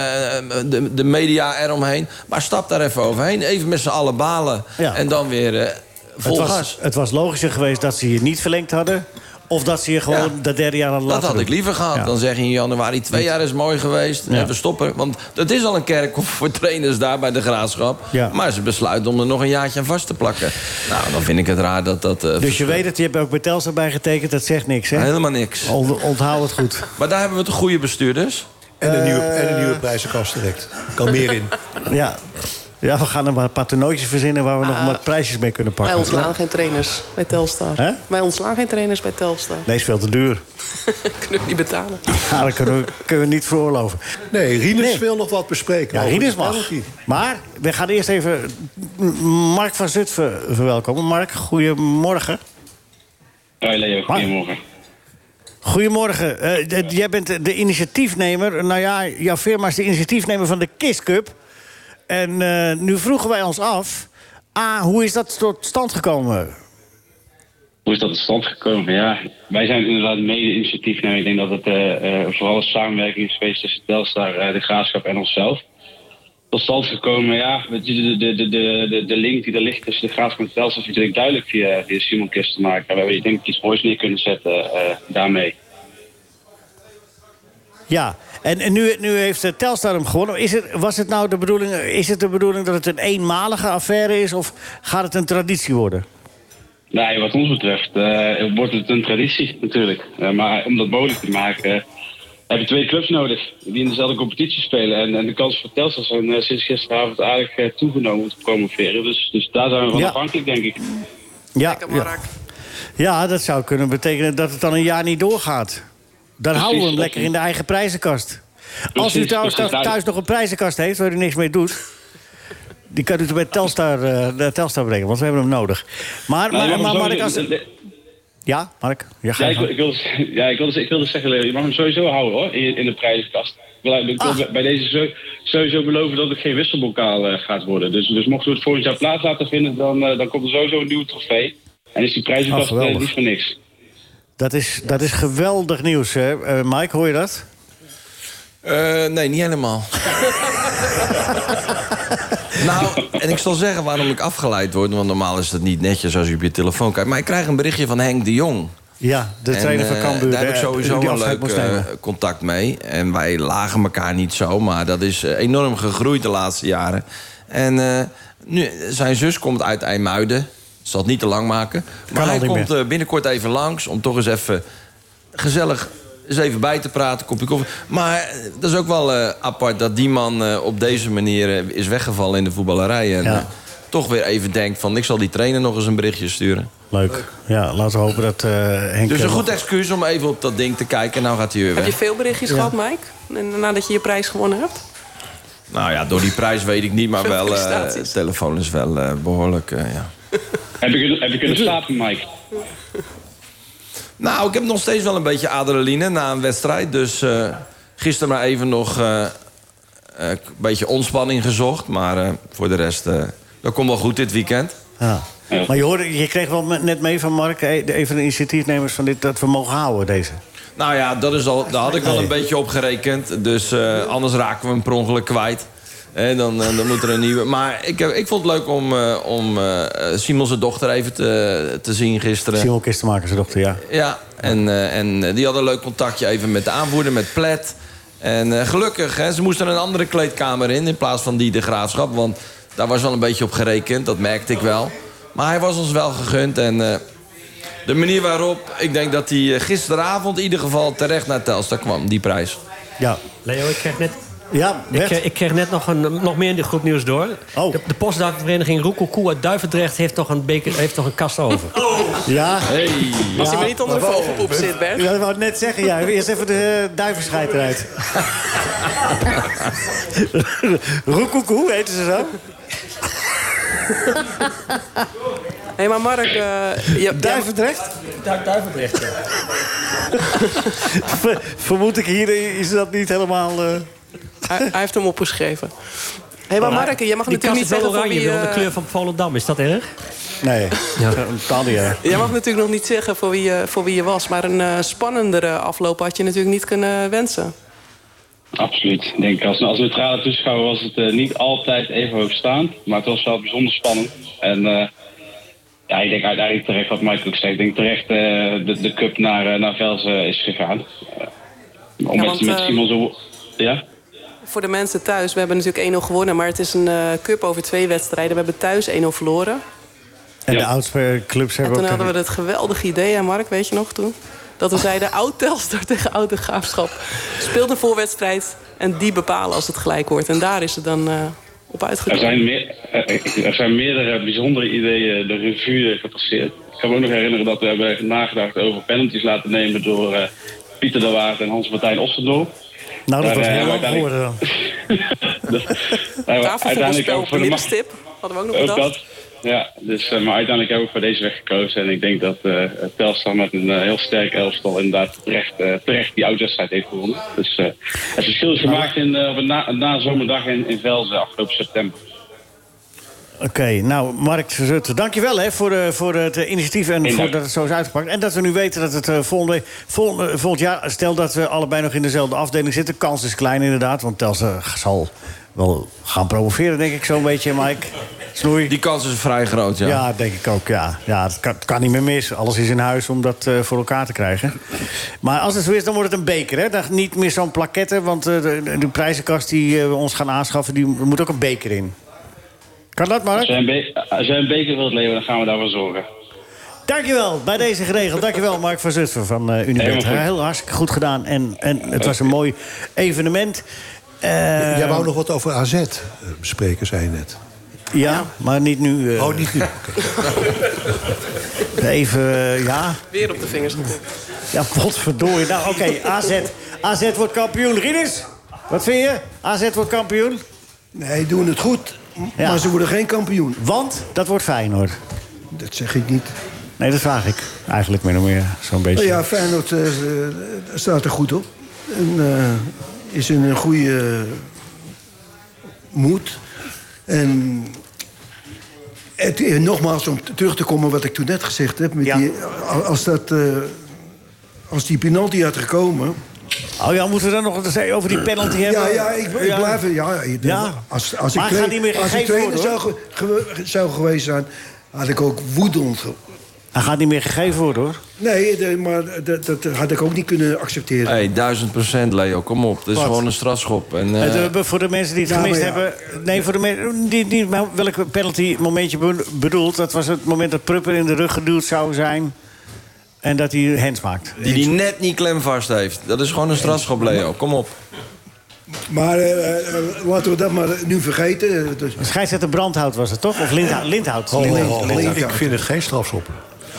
de media eromheen. Maar stap daar even overheen, even met z'n allen balen. Ja. En dan weer... Het was logischer geweest dat ze je niet verlengd hadden... of dat ze je gewoon dat 3e jaar hadden laten Dat had ik liever gehad. Ja. Dan zeg je in januari, 2 jaar is mooi geweest. Ja. En we stoppen. Want het is al een kerkhof voor trainers daar bij de Graafschap. Ja. Maar ze besluiten om er nog een jaartje aan vast te plakken. Nou, dan vind ik het raar dat dat... dus je weet het, je hebt ook bij Telstar bij getekend. Dat zegt niks, hè? Helemaal niks. Onthoud het goed. Maar daar hebben we toch goede bestuurders? En een nieuwe prijzenkast direct. Kan meer in. Ja. Ja, we gaan er maar een paar toernooitjes verzinnen... waar we nog wat prijsjes mee kunnen pakken. Wij ontslaan geen trainers bij Telstar. Hè? Wij ontslaan geen trainers bij Telstar. Nee, is veel te duur. Kunnen we niet betalen. Ja, dat kunnen we niet veroorloven. Nee, Rinus wil nog wat bespreken. Ja, Rinus mag. Maar we gaan eerst even Mark van Zutphen verwelkomen. Mark, goedemorgen. Hoi Leo, goedemorgen. Goedemorgen. Jij bent de initiatiefnemer. Nou ja, jouw firma is de initiatiefnemer van de KISS Cup... En nu vroegen wij ons af... hoe is dat tot stand gekomen? Hoe is dat tot stand gekomen? Ja, wij zijn inderdaad mede-initiatiefnemer. Ik denk dat het vooral een samenwerking is geweest tussen Telstar, de Graafschap en onszelf. Tot stand gekomen, ja, de link die er ligt tussen de Graafschap en Telstar is natuurlijk duidelijk via Simon Kistenmaker. We hebben denk ik iets moois neer kunnen zetten daarmee. Ja, en nu heeft Telstar hem gewonnen. Is het de bedoeling dat het een eenmalige affaire is... of gaat het een traditie worden? Nee, wat ons betreft wordt het een traditie natuurlijk. Maar om dat mogelijk te maken heb je 2 clubs nodig die in dezelfde competitie spelen. En de kansen voor Telstar zijn sinds gisteravond aardig toegenomen om te promoveren. Dus daar zijn we van afhankelijk, denk ik. Ja, dat zou kunnen betekenen dat het dan een jaar niet doorgaat. Dan houden we hem lekker in de eigen prijzenkast. Als u trouwens thuis nog een prijzenkast heeft waar u niks mee doet... die kan u bij Telstar brengen, want we hebben hem nodig. Maar Mark, als... Ja, Mark? Ik wilde zeggen, je mag hem sowieso houden hoor, in de prijzenkast. Ik wil bij deze sowieso beloven dat het geen wisselbokaal gaat worden. Dus mochten we het volgend jaar plaats laten vinden, dan komt er sowieso een nieuwe trofee. En is die prijzenkast niet voor niks. Dat is geweldig nieuws, hè? Mike, hoor je dat? Nee, niet helemaal. Nou, en ik zal zeggen waarom ik afgeleid word... want normaal is dat niet netjes als je op je telefoon kijkt... maar ik krijg een berichtje van Henk de Jong. Ja, de trainer van Cambuur. Daar heb ik sowieso een leuk contact mee. En wij lagen elkaar niet zo... maar dat is enorm gegroeid de laatste jaren. En nu, zijn zus komt uit IJmuiden... zal het niet te lang maken. Maar hij komt binnenkort even langs om toch eens even gezellig eens even bij te praten, kopje koffie. Maar dat is ook wel apart dat die man op deze manier is weggevallen in de voetballerij. En toch weer even denkt van ik zal die trainer nog eens een berichtje sturen. Leuk. Ja, laten we hopen dat Henk... Dus een goed excuus om even op dat ding te kijken. Nou gaat hij weer weg. Heb je veel berichtjes gehad, Mike? Nadat je je prijs gewonnen hebt? Nou ja, door die prijs weet ik niet, maar wel... de telefoon is wel behoorlijk, ja. Heb je kunnen slapen, Mike? Nou, ik heb nog steeds wel een beetje adrenaline na een wedstrijd. Dus gisteren maar even nog een beetje ontspanning gezocht. Maar voor de rest, dat komt wel goed dit weekend. Ja. Maar je kreeg wel net mee van Mark... even de initiatiefnemers van dit, dat we mogen houden, deze. Nou ja, daar had ik wel een beetje op gerekend. Dus anders raken we hem per ongeluk kwijt. Dan moet er een nieuwe... Maar ik vond het leuk om Simon zijn dochter even te zien gisteren. Simon Kistenmaker zijn dochter, ja. Ja, en die had een leuk contactje even met de aanvoerder, met Plet. En gelukkig, ze moesten een andere kleedkamer in plaats van die de Graafschap. Want daar was wel een beetje op gerekend, dat merkte ik wel. Maar hij was ons wel gegund en... de manier waarop, ik denk dat hij gisteravond in ieder geval terecht naar Telstar kwam, die prijs. Ja. Leo, ik kreeg net... Ja, ik kreeg net nog meer goed nieuws door. Oh. De postduivenvereniging Roekelkoe uit Duivendrecht heeft nog een kast over. Oh. Ja. Hey. Als hij maar niet onder de vogelpoep zit, Bert. Ja, dat wou ik net zeggen. Ja. Eerst even de duivenscheid eruit. Roekelkoe, heten ze zo? Hé, maar Mark... Duivendrecht? Duivendrecht, ja. Vermoed ik hier is dat niet helemaal... Hij heeft hem opgeschreven. Hé, maar Mark, jij mag natuurlijk niet zeggen van wie... de kleur van Volendam, is dat erg? Nee, totaal niet erg. Jij mag natuurlijk nog niet zeggen voor wie je was... maar een spannendere afloop had je natuurlijk niet kunnen wensen. Absoluut. Ik denk als neutrale toeschouwer was het niet altijd even hoogstaand. Maar het was wel bijzonder spannend. En ja, ik denk uiteindelijk terecht wat Mike ook zegt. Ik denk terecht de cup naar Velzen is gegaan. Met Simon zo... Ja? Voor de mensen thuis, we hebben natuurlijk 1-0 gewonnen... maar het is een cup over 2 wedstrijden. We hebben thuis 1-0 verloren. En de oudste clubs hebben ook... En toen hadden we het geweldige idee, hè Mark, weet je nog toen? Dat we zeiden, oud Telstar tegen oud de Graafschap. Speelt een voorwedstrijd en die bepalen als het gelijk wordt. En daar is het dan op uitgekomen. Er zijn meerdere bijzondere ideeën de revue gepasseerd. Ik kan me ook nog herinneren dat we hebben nagedacht over penalties laten nemen... door Pieter de Waard en Hans-Martijn Ossendorp. Nou, dat was heel lang geworden dan. Tafelvoetbalspel op de middenstip. Hadden we ook nog bedacht. Ja, dus, maar uiteindelijk heb ik voor deze weg gekozen. En ik denk dat Telstar met een heel sterk elftal inderdaad terecht die uitwedstrijd heeft gewonnen. Dus het verschil is gemaakt op een nazomerdag in Velzen afgelopen september. Oké, nou, Mark Verzutten, dankjewel hè, voor het initiatief en voor dat het zo is uitgepakt. En dat we nu weten dat het volgend jaar, stel dat we allebei nog in dezelfde afdeling zitten. De kans is klein inderdaad, want Telstar zal wel gaan promoveren, denk ik zo'n beetje, Mike. Snoei. Die kans is vrij groot, ja. Ja, denk ik ook, ja. Het kan niet meer mis. Alles is in huis om dat voor elkaar te krijgen. Maar als het zo is, dan wordt het een beker, hè? Dan niet meer zo'n plaquette, want de prijzenkast die we ons gaan aanschaffen, er moet ook een beker in. Kan dat, Mark? Als jij een beker wilt leveren, dan gaan we daarvoor zorgen. Dankjewel, bij deze geregeld. Dankjewel, Mark van Zutphen van Unibet. Heel hartstikke goed gedaan en het was een mooi evenement. Jij wou nog wat over AZ bespreken, zei je net. Ja, maar niet nu. Oh, niet nu. Okay. Even, ja. Weer op de vingers getikt. Ja, potverdorie. Nou, oké, AZ wordt kampioen. Rinus, wat vind je? AZ wordt kampioen? Nee, doen het goed. Ja. Maar ze worden geen kampioen. Want dat wordt Feyenoord. Dat zeg ik niet. Nee, dat vraag ik eigenlijk min of meer zo'n beetje. Ja, Feyenoord staat er goed op. En is in een goede moed. En nogmaals, om terug te komen wat ik toen net gezegd heb. Met die, als die penalty had gekomen... Oh ja, moeten we dan nog eens over die penalty hebben? Ja, ik blijf... Als ik trainer zou geweest zijn, had ik ook woedend... Hij gaat niet meer gegeven worden, hoor. Nee, maar dat had ik ook niet kunnen accepteren. Hey, 1000% Leo, kom op. Dit is gewoon een strafschop. En, voor de mensen die het gemist hebben... Nee, voor de mensen die welke penalty momentje bedoelt... dat was het moment dat Prupper in de rug geduwd zou zijn... en dat hij hands maakt. Die net niet klem vast heeft. Dat is gewoon een strafschop, Leo. Kom op. Maar laten we dat maar nu vergeten. Scheidsrechter Brandhout was het, toch? Of Lindhout? Ik vind het geen strafschop.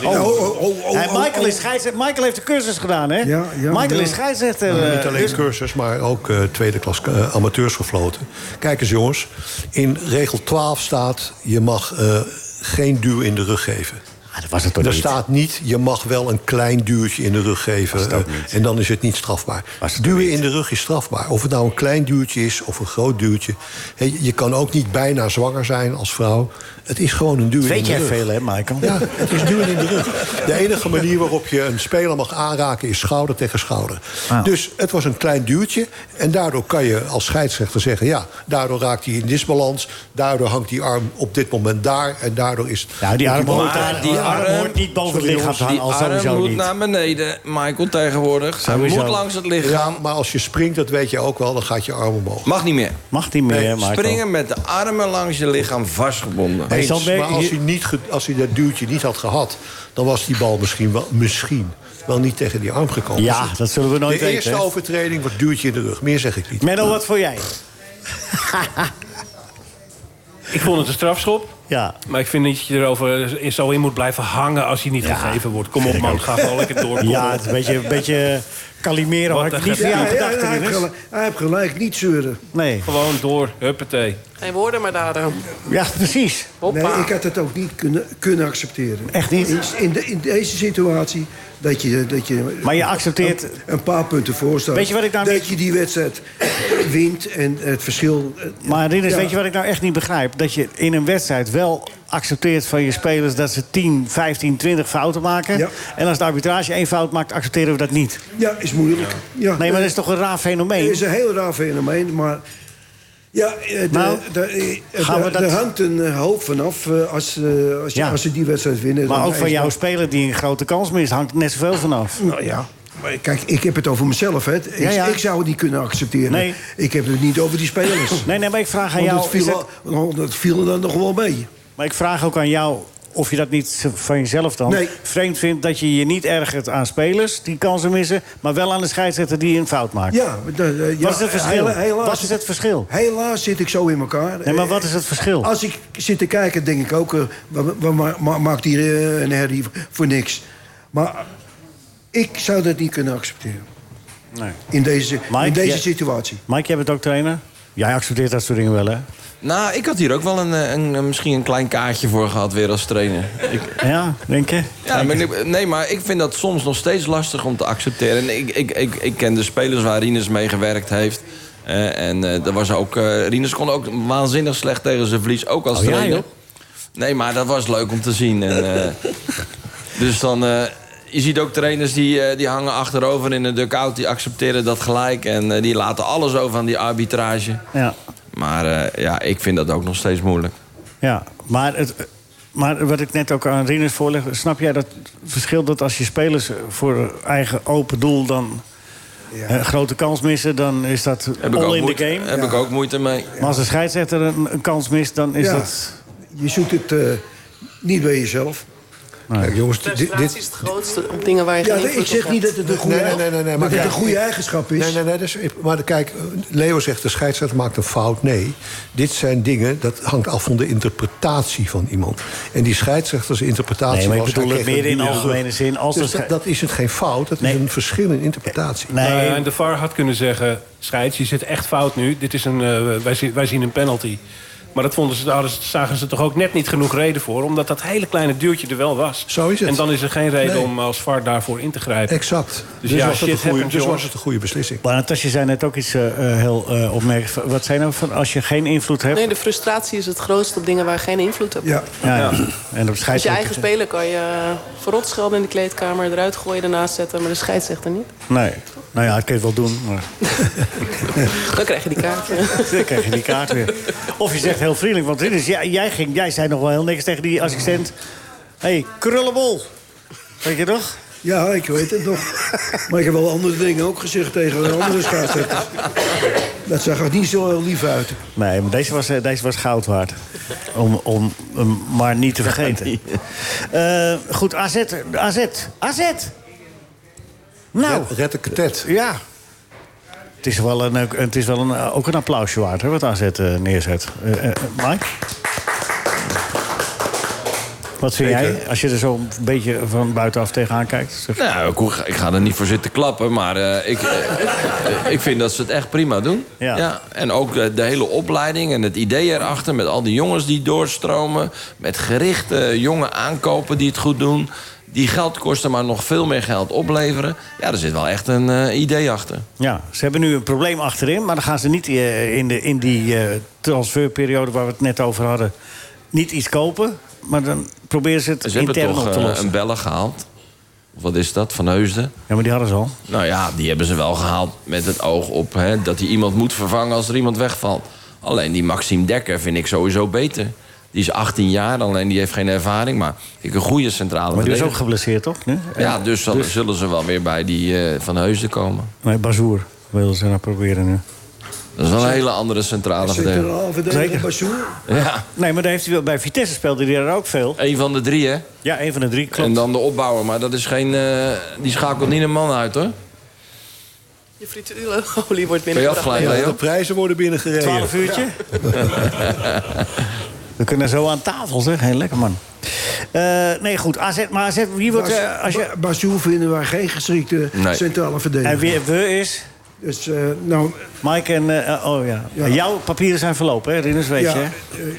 Michael heeft de cursus gedaan, hè? Ja, Michael is scheidsrechter. Niet alleen cursus, maar ook tweede klas amateurs gefloten. Kijk eens, jongens. In regel 12 staat... je mag geen duw in de rug geven. Dat was het toch er niet? staat niet, je mag wel een klein duwtje in de rug geven. En dan is het niet strafbaar. Duwen in de rug is strafbaar. Of het nou een klein duwtje is of een groot duwtje. Je kan ook niet bijna zwanger zijn als vrouw. Het is gewoon een duw in de rug. Weet jij veel, hè, Michael? Ja, het is duwen in de rug. De enige manier waarop je een speler mag aanraken... is schouder tegen schouder. Oh. Dus het was een klein duwtje. En daardoor kan je als scheidsrechter zeggen... ja, daardoor raakt hij in disbalans. Daardoor hangt die arm op dit moment daar. En daardoor is... Ja, die arm hoort niet boven het lichaam te hangen. Die arm moet naar beneden, Michael, tegenwoordig. Hij moet langs het lichaam. Ja, maar als je springt, dat weet je ook wel... dan gaat je arm omhoog. Mag niet meer. Michael. Springen met de armen langs je lichaam vastgebonden. Maar als hij dat duwtje niet had gehad... dan was die bal misschien wel niet tegen die arm gekomen. Ja, dat zullen we nooit weten. De eerste overtreding wordt duwtje in de rug. Meer zeg ik niet. Menno, wat voor jij? Ik vond het een strafschop. Ja. Maar ik vind dat je erover zo in moet blijven hangen... als hij niet gegeven wordt. Kom op, man. Ga gewoon lekker door. Ja, het is een beetje Calimero. Had ik niet voor jou gedacht. Hij heeft gelijk, niet zeuren. Nee. Gewoon door, huppatee. Geen woorden, maar daden. Ja, precies. Nee, ik had het ook niet kunnen accepteren. Echt niet? In deze situatie... Dat je maar je accepteert... een paar punten voor staat. Weet je wat ik nou dat je die wedstrijd wint en het verschil... Maar Rinus, weet je wat ik nou echt niet begrijp? Dat je in een wedstrijd wel accepteert van je spelers... dat ze 10, 15, 20 fouten maken. Ja. En als de arbitrage 1 fout maakt, accepteren we dat niet. Ja, is moeilijk. Ja. Nee, maar dat is toch een raar fenomeen? Het is een heel raar fenomeen, maar... Ja, er hangt een hoop vanaf als ze die wedstrijd winnen. Maar ook van jouw speler die een grote kans mist, hangt net zoveel vanaf. Nou ja, maar kijk, ik heb het over mezelf. Hè. Ik zou het niet kunnen accepteren. Nee. Ik heb het niet over die spelers. Nee, maar ik vraag aan jou... Dat viel er dan nog wel mee. Maar ik vraag ook aan jou... of je dat niet van jezelf dan vreemd vindt... dat je je niet ergert aan spelers die kansen missen... maar wel aan de scheidsrechter die een fout maakt. Ja, wat is het verschil? Wat is het verschil? Helaas zit ik zo in elkaar. Nee, maar wat is het verschil? Als ik zit te kijken, denk ik ook... maakt hier een herrie voor niks. Maar ik zou dat niet kunnen accepteren. Nee. In deze situatie. Mike, jij bent ook trainer. Jij accepteert dat soort dingen wel, hè? Nou, ik had hier ook wel misschien een klein kaartje voor gehad weer als trainer. Ja, denk je? Ja, maar ik vind dat soms nog steeds lastig om te accepteren. En ik ken de spelers waar Rinus mee gewerkt heeft. Er was ook... Rinus kon ook waanzinnig slecht tegen zijn verlies, ook als trainer. Ja, nee, maar dat was leuk om te zien. Dus dan... je ziet ook trainers die hangen achterover in een dugout. Die accepteren dat gelijk. En die laten alles over aan die arbitrage. Ja. Maar ik vind dat ook nog steeds moeilijk. Ja, maar wat ik net ook aan Rinus voorleg... snap jij dat verschil dat als je spelers voor eigen open doel... dan een grote kans missen, dan is dat all in the game? Heb ik ook moeite mee. Maar als een scheidsrechter een kans mist, dan is dat... Je zoekt het niet bij jezelf. Nee. Kijk, jongens, frustratie is het grootste op dingen waar je geen invloed op hebt. Ik zeg niet dat het een goede, maar dat het een goede eigenschap is. Nee, maar kijk, Leo zegt de scheidsrechter maakt een fout. Nee, dit zijn dingen, dat hangt af van de interpretatie van iemand. En die scheidsrechters interpretatie nee, maar ik bedoel het meer in algemene zin. Als dus dat is het geen fout, dat is een verschil in interpretatie. En de VAR had kunnen zeggen, scheids, je zit echt fout nu. Dit is wij zien een penalty. Maar dat zagen ze toch ook net niet genoeg reden voor... omdat dat hele kleine duwtje er wel was. Zo is het. En dan is er geen reden om als VAR daarvoor in te grijpen. Exact. Dus was het een goede beslissing. Maar Natasja zei net ook iets heel opmerkelijk. Wat zei nou van als je geen invloed hebt? Nee, de frustratie is het grootste op dingen waar je geen invloed hebt. Ja. En op dus je eigen speler kan je verrot schelden in de kleedkamer... eruit gooien, ernaast zetten, maar de scheidsrechter niet. Nee. Nou ja, dat kun je wel doen. Maar... Dan krijg je die kaart. Dan krijg je die kaart weer. Of je zegt heel vriendelijk, want Rinus, jij zei nog wel heel niks tegen die assistent. Hé, krullenbol. Weet je nog? Ja, ik weet het nog. Maar ik heb wel andere dingen ook gezegd tegen de andere scheidsrechters. Dat zag er niet zo heel lief uit. Nee, maar deze was goud waard. Om hem maar niet te vergeten. Goed, AZ. Nou. Red de katet. Ja. Het is wel ook een applausje waard, hè, wat AZ neerzet. Mike? Wat vind jij, als je er zo een beetje van buitenaf tegenaan kijkt? Nou, ik ga er niet voor zitten klappen, maar ik vind dat ze het echt prima doen. Ja. En ook de hele opleiding en het idee erachter... met al die jongens die doorstromen... met gerichte jonge aankopen die het goed doen... die geld kosten, maar nog veel meer geld opleveren. Ja, er zit wel echt een idee achter. Ja, ze hebben nu een probleem achterin... maar dan gaan ze niet in die transferperiode waar we het net over hadden... niet iets kopen, maar dan proberen ze het intern op te lossen. Ze hebben toch een Bellen gehaald. Wat is dat, Van Heusden? Ja, maar die hadden ze al. Nou ja, die hebben ze wel gehaald met het oog op... dat hij iemand moet vervangen als er iemand wegvalt. Alleen die Maxime Dekker vind ik sowieso beter... Die is 18 jaar, alleen die heeft geen ervaring. Maar een goede centrale Maar die is ook geblesseerd, toch? Nee? Ja, dus zullen ze wel weer bij die Van Heusden komen. Nee, Bazoer willen ze nou proberen nu. Dat is wel een hele andere centrale verdediger. Zeker. Bazoer? Ja. Nee, maar daar heeft hij wel, bij Vitesse speelde hij er ook veel. Eén van de drie, hè? Ja, één van de drie, klopt. En dan de opbouwer, maar dat is geen... die schakelt niet een man uit, hoor. Je frituurolie wordt binnengebracht. Kan je afgeleid, Leo? De prijzen worden binnengereden. 12 uurtje? Ja. We kunnen zo aan tafel, zeg. Heel lekker, man. Nee, goed. AZ, maar AZ, wie wordt... Bazoer vinden wij geen geschikte centrale verdediger. En wie is... Dus, Mike en... oh ja. Jouw papieren zijn verlopen, hè, Rinus, weet je,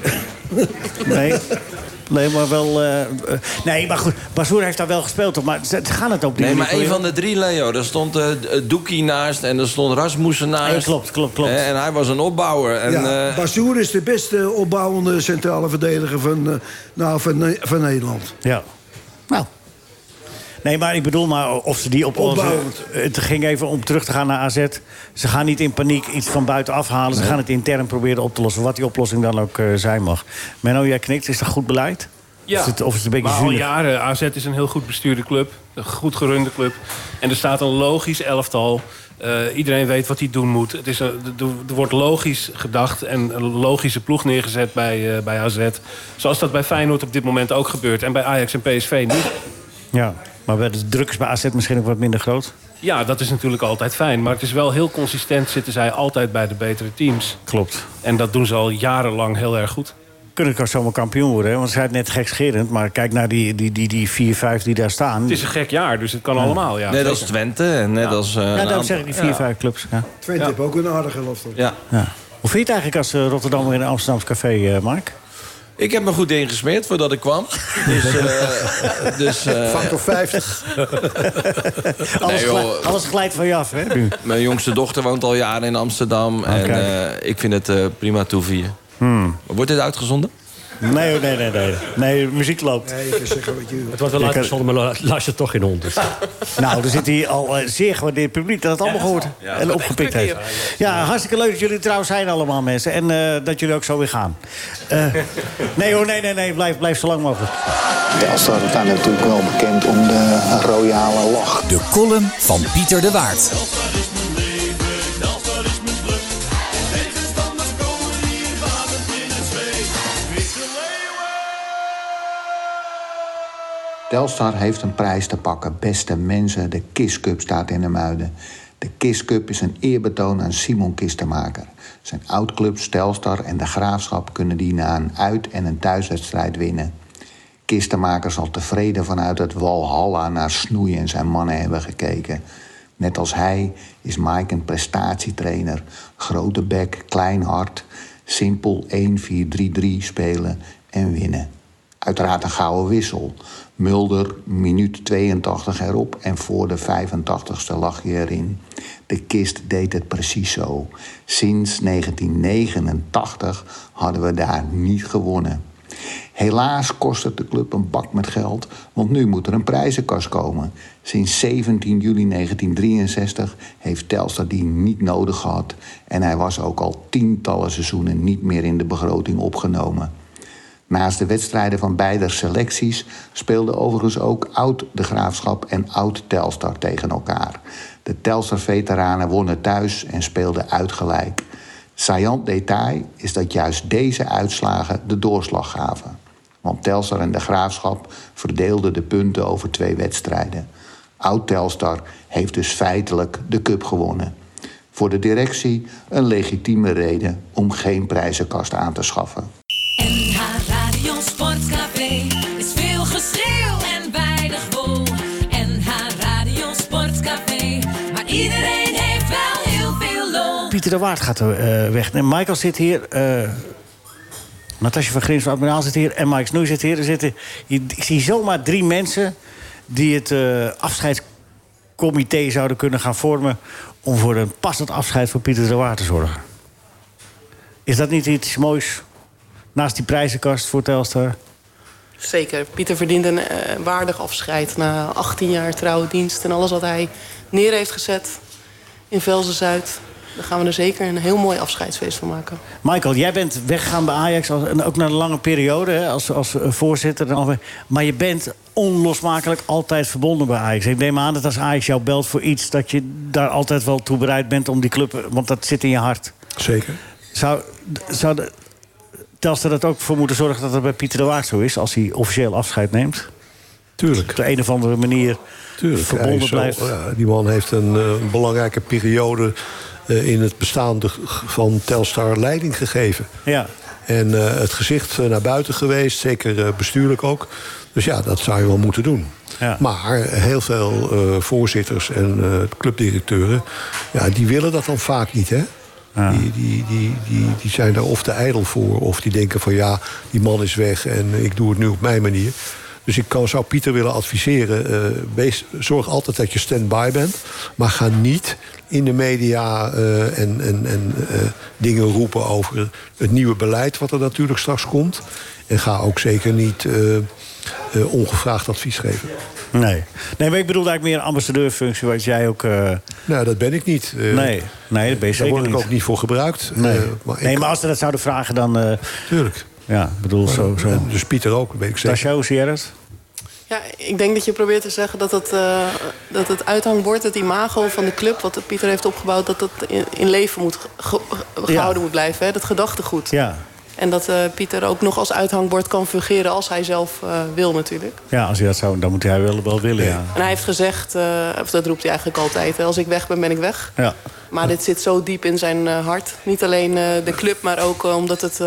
hè? Nee, maar wel... nee, maar goed, Bazoer heeft daar wel gespeeld, toch? Maar ze gaan het ook niet. Nee, maar één van de drie, Leo. Daar stond Doekie naast en er stond Rasmussen naast. Ja, klopt. En hij was een opbouwer. En, Bazoer is de beste opbouwende centrale verdediger van Nederland. Ja. Nou. Nee, maar ik bedoel maar of ze die opbouwend. Het ging even om terug te gaan naar AZ. Ze gaan niet in paniek iets van buitenaf halen. Ze gaan het intern proberen op te lossen. Wat die oplossing dan ook zijn mag. Menno, jij knikt. Is dat goed beleid? Ja, of is het een beetje maar al jaren. AZ is een heel goed bestuurde club. Een goed gerunde club. En er staat een logisch elftal. Iedereen weet wat hij doen moet. Er wordt logisch gedacht en een logische ploeg neergezet bij AZ. Zoals dat bij Feyenoord op dit moment ook gebeurt. En bij Ajax en PSV niet. Ja, maar de druk is bij AZ misschien ook wat minder groot. Ja, dat is natuurlijk altijd fijn. Maar het is wel heel consistent, zitten zij altijd bij de betere teams. Klopt. En dat doen ze al jarenlang heel erg goed. Kunnen ook zomaar kampioen worden, hè? Want ze zijn net gekscherend. Maar kijk naar die 4-5 die daar staan. Het is een gek jaar, dus het kan allemaal. Ja, net als Twente en net als... daarom zeg ik die 4-5 clubs. Ja. Twente heeft ook een aardige elftal. Ja. Hoe vind je het eigenlijk als Rotterdammer in een Amsterdams café, Mark? Ik heb me goed ingesmeerd voordat ik kwam. Factor 50. Alles glijdt van je af, hè, nu? Mijn jongste dochter woont al jaren in Amsterdam. En ik vind het prima toevieren. Wordt dit uitgezonden? Nee, muziek loopt. Nee, je kan zeggen wat je wil. Het wordt wel uitgezonden, maar luistert toch geen hond. Dus. Nou, er zit hier al zeer gewaardeerd publiek dat het allemaal gehoord en opgepikt heeft. Ja, hartstikke leuk dat jullie trouwens zijn allemaal, mensen. En dat jullie ook zo weer gaan. Nee, blijf zo lang mogelijk. Telstar staat natuurlijk wel bekend om de royale lach. De column van Pieter de Waard. Telstar heeft een prijs te pakken. Beste mensen, de KISS Cup staat in de Muiden. De KISS Cup is een eerbetoon aan Simon Kistenmaker. Zijn oud-clubs Telstar en de Graafschap kunnen die na een uit- en een thuiswedstrijd winnen. Kistenmaker zal tevreden vanuit het Walhalla naar Snoei en zijn mannen hebben gekeken. Net als hij is Mike een prestatietrainer. Grote bek, klein hart, simpel 1-4-3-3 spelen en winnen. Uiteraard een gouden wissel. Mulder, minuut 82 erop en voor de 85ste lag je erin. De Kist deed het precies zo. Sinds 1989 hadden we daar niet gewonnen. Helaas kost het de club een bak met geld, want nu moet er een prijzenkast komen. Sinds 17 juli 1963 heeft Telstar die niet nodig gehad en hij was ook al tientallen seizoenen niet meer in de begroting opgenomen. Naast de wedstrijden van beide selecties speelden overigens ook oud de Graafschap en oud Telstar tegen elkaar. De Telstar-veteranen wonnen thuis en speelden uitgelijk. Saillant detail is dat juist deze uitslagen de doorslag gaven. Want Telstar en de Graafschap verdeelden de punten over 2 wedstrijden. Oud Telstar heeft dus feitelijk de cup gewonnen. Voor de directie een legitieme reden om geen prijzenkast aan te schaffen. NH Radio Sportcafé is veel geschreeuw en weinig wol. NH Radio Sportcafé, maar iedereen heeft wel heel veel lol. Pieter de Waard gaat weg. En Michael zit hier. Natasja van Grims van Admiraal zit hier. En Mike Snoei zit hier. Ik zie zomaar 3 mensen die het afscheidscomité zouden kunnen gaan vormen om voor een passend afscheid voor Pieter de Waard te zorgen. Is dat niet iets moois? Naast die prijzenkast voor Telstar? Zeker. Pieter verdient een waardig afscheid na 18 jaar trouwe dienst en alles wat hij neer heeft gezet in Velzen-Zuid. Daar gaan we er zeker een heel mooi afscheidsfeest van maken. Michael, jij bent weggegaan bij Ajax, en ook na een lange periode hè, als voorzitter. Maar je bent onlosmakelijk altijd verbonden bij Ajax. Ik neem aan dat als Ajax jou belt voor iets, dat je daar altijd wel toe bereid bent om die club, want dat zit in je hart. Zeker. Zou Telstar dat ook voor moeten zorgen dat het bij Pieter de Waard zo is, als hij officieel afscheid neemt? Tuurlijk. Op de een of andere manier verbonden blijft. Die man heeft een belangrijke periode in het bestaan van Telstar leiding gegeven. Ja. En het gezicht naar buiten geweest, zeker bestuurlijk ook. Dus ja, dat zou je wel moeten doen. Ja. Maar heel veel voorzitters en clubdirecteuren, ja, die willen dat dan vaak niet, hè? Ja. Die zijn daar of te ijdel voor, of die denken van ja, die man is weg en ik doe het nu op mijn manier. Dus ik zou Pieter willen adviseren, zorg altijd dat je stand-by bent, maar ga niet in de media dingen roepen over het nieuwe beleid wat er natuurlijk straks komt. En ga ook zeker niet ongevraagd advies geven. Nee, maar ik bedoel eigenlijk meer een ambassadeurfunctie, wat jij ook... Nou, dat ben ik niet. Nee, dat ben je zeker niet. Daar word ik ook niet voor gebruikt. Nee, maar als ze dat zouden vragen, dan... Tuurlijk. Ja, bedoel, zo. Dus Pieter ook, weet ik zeker. Tasja, hoe zie jij dat? Ja, ik denk dat je probeert te zeggen dat het uithangbord, het imago van de club, wat Pieter heeft opgebouwd, dat dat in leven moet gehouden moet blijven. Hè? Dat gedachtegoed. Ja. En dat Pieter ook nog als uithangbord kan fungeren als hij zelf wil natuurlijk. Ja, als hij dat zou, dan moet hij wel willen, ja. En hij heeft gezegd, of dat roept hij eigenlijk altijd, hè, als ik weg ben, ben ik weg. Ja. Maar dit zit zo diep in zijn hart. Niet alleen de club, maar ook omdat het...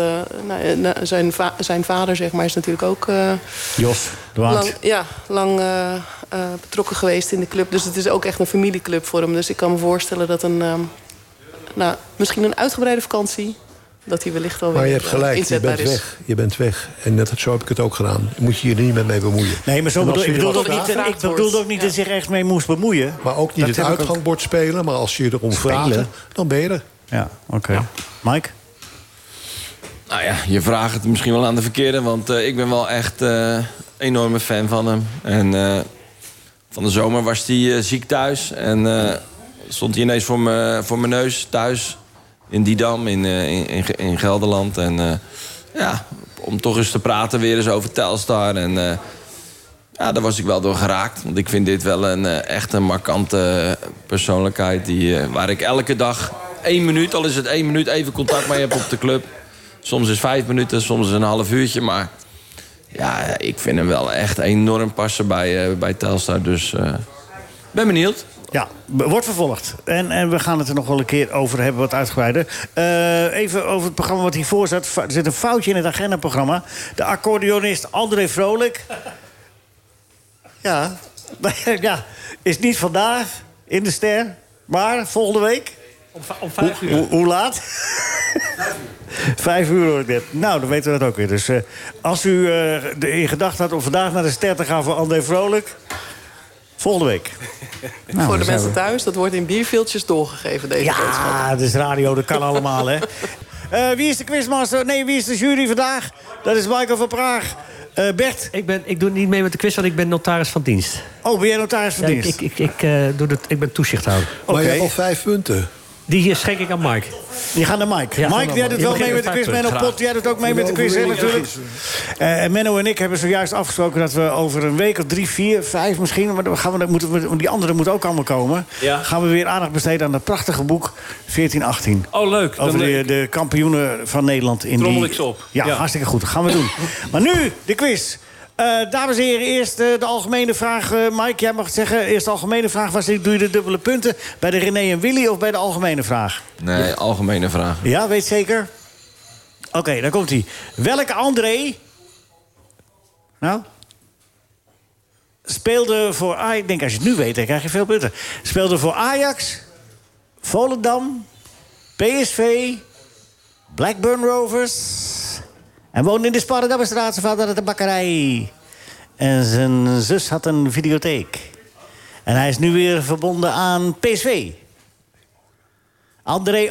zijn vader, zeg maar, is natuurlijk ook... Jos de Waard. Lang betrokken geweest in de club. Dus het is ook echt een familieclub voor hem. Dus ik kan me voorstellen dat misschien een uitgebreide vakantie dat hij wellicht alweer Maar je hebt gelijk, inzetbaar is. je bent weg. En zo heb ik het ook gedaan. Moet je je er niet meer mee bemoeien. Nee, maar ik bedoelde ook niet dat hij zich echt mee moest bemoeien. Maar ook niet het uitgangbord spelen. Maar als je erom vraagt, dan ben je er. Ja, oké. Ja. Mike? Nou ja, je vraagt het misschien wel aan de verkeerde. Want ik ben wel echt enorme fan van hem. En van de zomer was hij ziek thuis. En stond hij ineens voor mijn neus thuis. In Didam, in Gelderland. En om toch eens te praten weer eens over Telstar. En daar was ik wel door geraakt. Want ik vind dit wel echt een markante persoonlijkheid. Waar ik elke dag 1 minuut, al is het 1 minuut, even contact mee heb op de club. Soms is 5 minuten, soms is een half uurtje. Maar ja, ik vind hem wel echt enorm passen bij Telstar. Dus ben benieuwd. Ja, wordt vervolgd. En we gaan het er nog wel een keer over hebben, wat uitgebreider. Even over het programma wat hiervoor zat. Er zit een foutje in het agendaprogramma. De accordeonist André Vrolijk. Ja, is niet vandaag in de Ster, maar volgende week. Om 5 uur. Hoe laat? 5 uur hoor ik net. Nou, dan weten we dat ook weer. Dus als u in gedachten had om vandaag naar de Ster te gaan voor André Vrolijk, volgende week. Nou, voor de mensen thuis, dat wordt in bierveeltjes doorgegeven, deze boodschap. Ja, dat is radio, dat kan allemaal, hè. Wie is de quizmaster? Nee, wie is de jury vandaag? Dat is Michael van Praag. Bert? Ik doe niet mee met de quiz, want ik ben notaris van dienst. Oh, ben jij notaris van dienst? Ik ben toezichthouder. Maar je hebt al 5 punten. Die hier schenk ik aan Mike. Die gaan naar Mike. Ja, Mike, jij doet wel mee met de quiz. Menno Pot, jij doet ook mee met de quiz, hè, natuurlijk. Menno en ik hebben zojuist afgesproken dat we over een week of 3, 4, 5 misschien, maar dan gaan die anderen moeten ook allemaal komen. Ja. Gaan we weer aandacht besteden aan dat prachtige boek 1418. Oh, leuk. Over de kampioenen van Nederland in trommel ik ze op. Ja, hartstikke goed. Dat gaan we doen. Maar nu de quiz. Dames en heren, eerst de algemene vraag. Mike, jij mag het zeggen. Eerst de algemene vraag. Doe je de dubbele punten? Bij de René en Willy of bij de algemene vraag? Nee, algemene vraag. Ja, weet zeker? Oké, daar komt hij. Welke André... Nou? Speelde voor Ajax... Ik denk, als je het nu weet, dan krijg je veel punten. Speelde voor Ajax, Volendam, PSV, Blackburn Rovers... En woonde in de Sparredammerstraat. Zijn vader had een bakkerij. En zijn zus had een videotheek. En hij is nu weer verbonden aan PSV. André...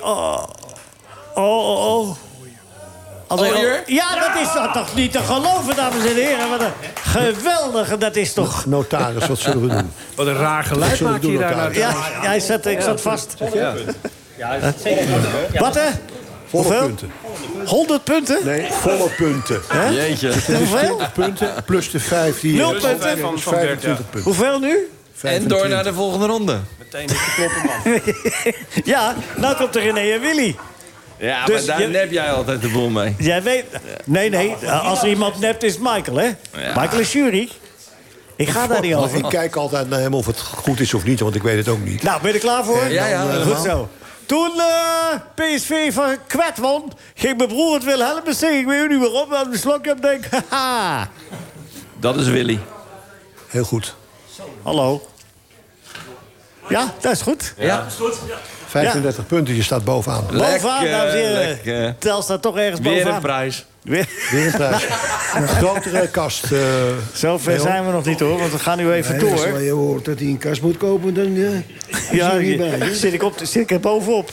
André, ja, dat is toch niet te geloven, dames en heren. Wat een geweldige, dat is toch... Notaris, wat zullen we doen? Wat een raar geluid maak je daar nou. Ja, ik zat vast. Ja, dat is zeker. Wat, hè? Volle punten. 100 punten? Nee, volle punten. Jeetje. 20 punten plus de 5 die... 0 punten? Van 25 punten. Hoeveel nu? 25. En door naar de volgende ronde. Meteen met de kloppen, man. Ja, nou komt er René en Willy. Ja, Dus maar daar nep jij altijd de boel mee. Jij weet... Nee. Als er iemand nept is het Michael, hè? Ja. Michael is jury. Ik ga daar niet over. Ik kijk altijd naar hem of het goed is of niet, want ik weet het ook niet. Nou, ben je er klaar voor? Ja. Goed zo. Toen PSV van Kwet won, ging mijn broer het Wilhelmus zingen. Ik weet niet waarom, maar een slokje op denk. Haha. Dat is Willy. Heel goed. Hallo. Ja, dat is goed. Ja. 35 punten, je staat bovenaan. Bovenaan, dames en heren. Telstar toch ergens bovenaan. Weer een prijs. Weer een prijs. Een grotere kast. Zover zijn we nog niet, hoor, want we gaan nu even door. Als je hoort dat hij een kast moet kopen, dan zit ik er bovenop.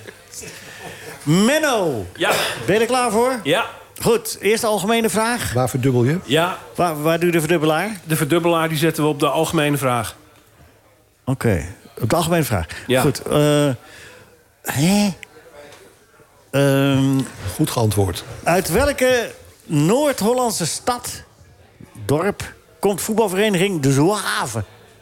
Menno. Ja. Ben je er klaar voor? Ja. Goed, eerste algemene vraag. Waar verdubbel je? Ja. Waar doe je de verdubbelaar? De verdubbelaar die zetten we op de algemene vraag. Oké, op de algemene vraag. Ja. Goed. Goed geantwoord. Uit welke Noord-Hollandse stad, dorp, komt voetbalvereniging De Zouave?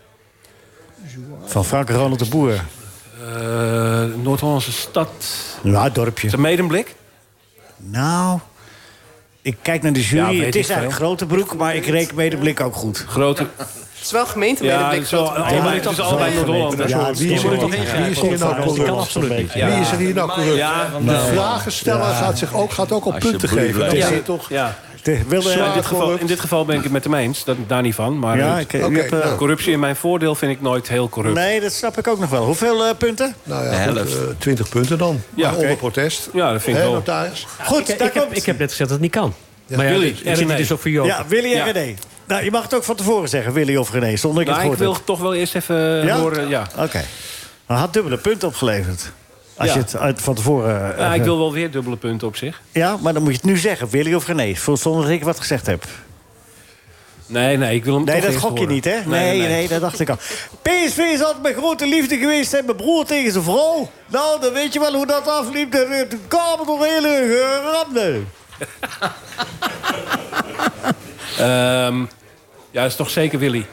Van Frank Ronald de Boer. Noord-Hollandse stad. Ja, dorpje. Is dat Medemblik? Nou, ik kijk naar de jury. Ja, het is eigenlijk Grotebroek, maar ik reken Medemblik ook goed. Grote... Het is wel gemeente Medemblik. Het is allebei Noord-Holland. Ja, wie is er hier nou corrupt? kan absoluut niet. Wie is er hier nou corrupt? Ja, de vragensteller gaat ook op punten geven. Dat is toch... In dit geval ben ik het met hem eens. Daar niet van. Maar Ja, corruptie in mijn voordeel vind ik nooit heel corrupt. Nee, dat snap ik ook nog wel. Hoeveel punten? Nou ja, 20 punten dan. Ja, maar onder protest. Ja, dat vind ik wel. Notaris? Goed, ik heb net gezegd dat het niet kan. Ja. Maar Willy ik zit dus ook voor jou. Ja, Willy en René. Nou, je mag het ook van tevoren zeggen, Willy of René. Zonder ik het Ik gehoord wil heb. toch wel eerst even horen. Ja. Oké. Maar had dubbele punten opgeleverd. Als je het van tevoren... Ik wil wel weer dubbele punten op zich. Ja, maar dan moet je het nu zeggen, Willy of René. Zonder dat ik wat gezegd heb. Nee, ik wil hem Nee, toch dat eerst gok je horen. niet, hè? Nee, dat dacht ik al. PSV is altijd met grote liefde geweest. En mijn broer tegen zijn vrouw. Nou, dan weet je wel hoe dat afliep. De kamer door hele randen. Ja, dat is toch zeker Willy.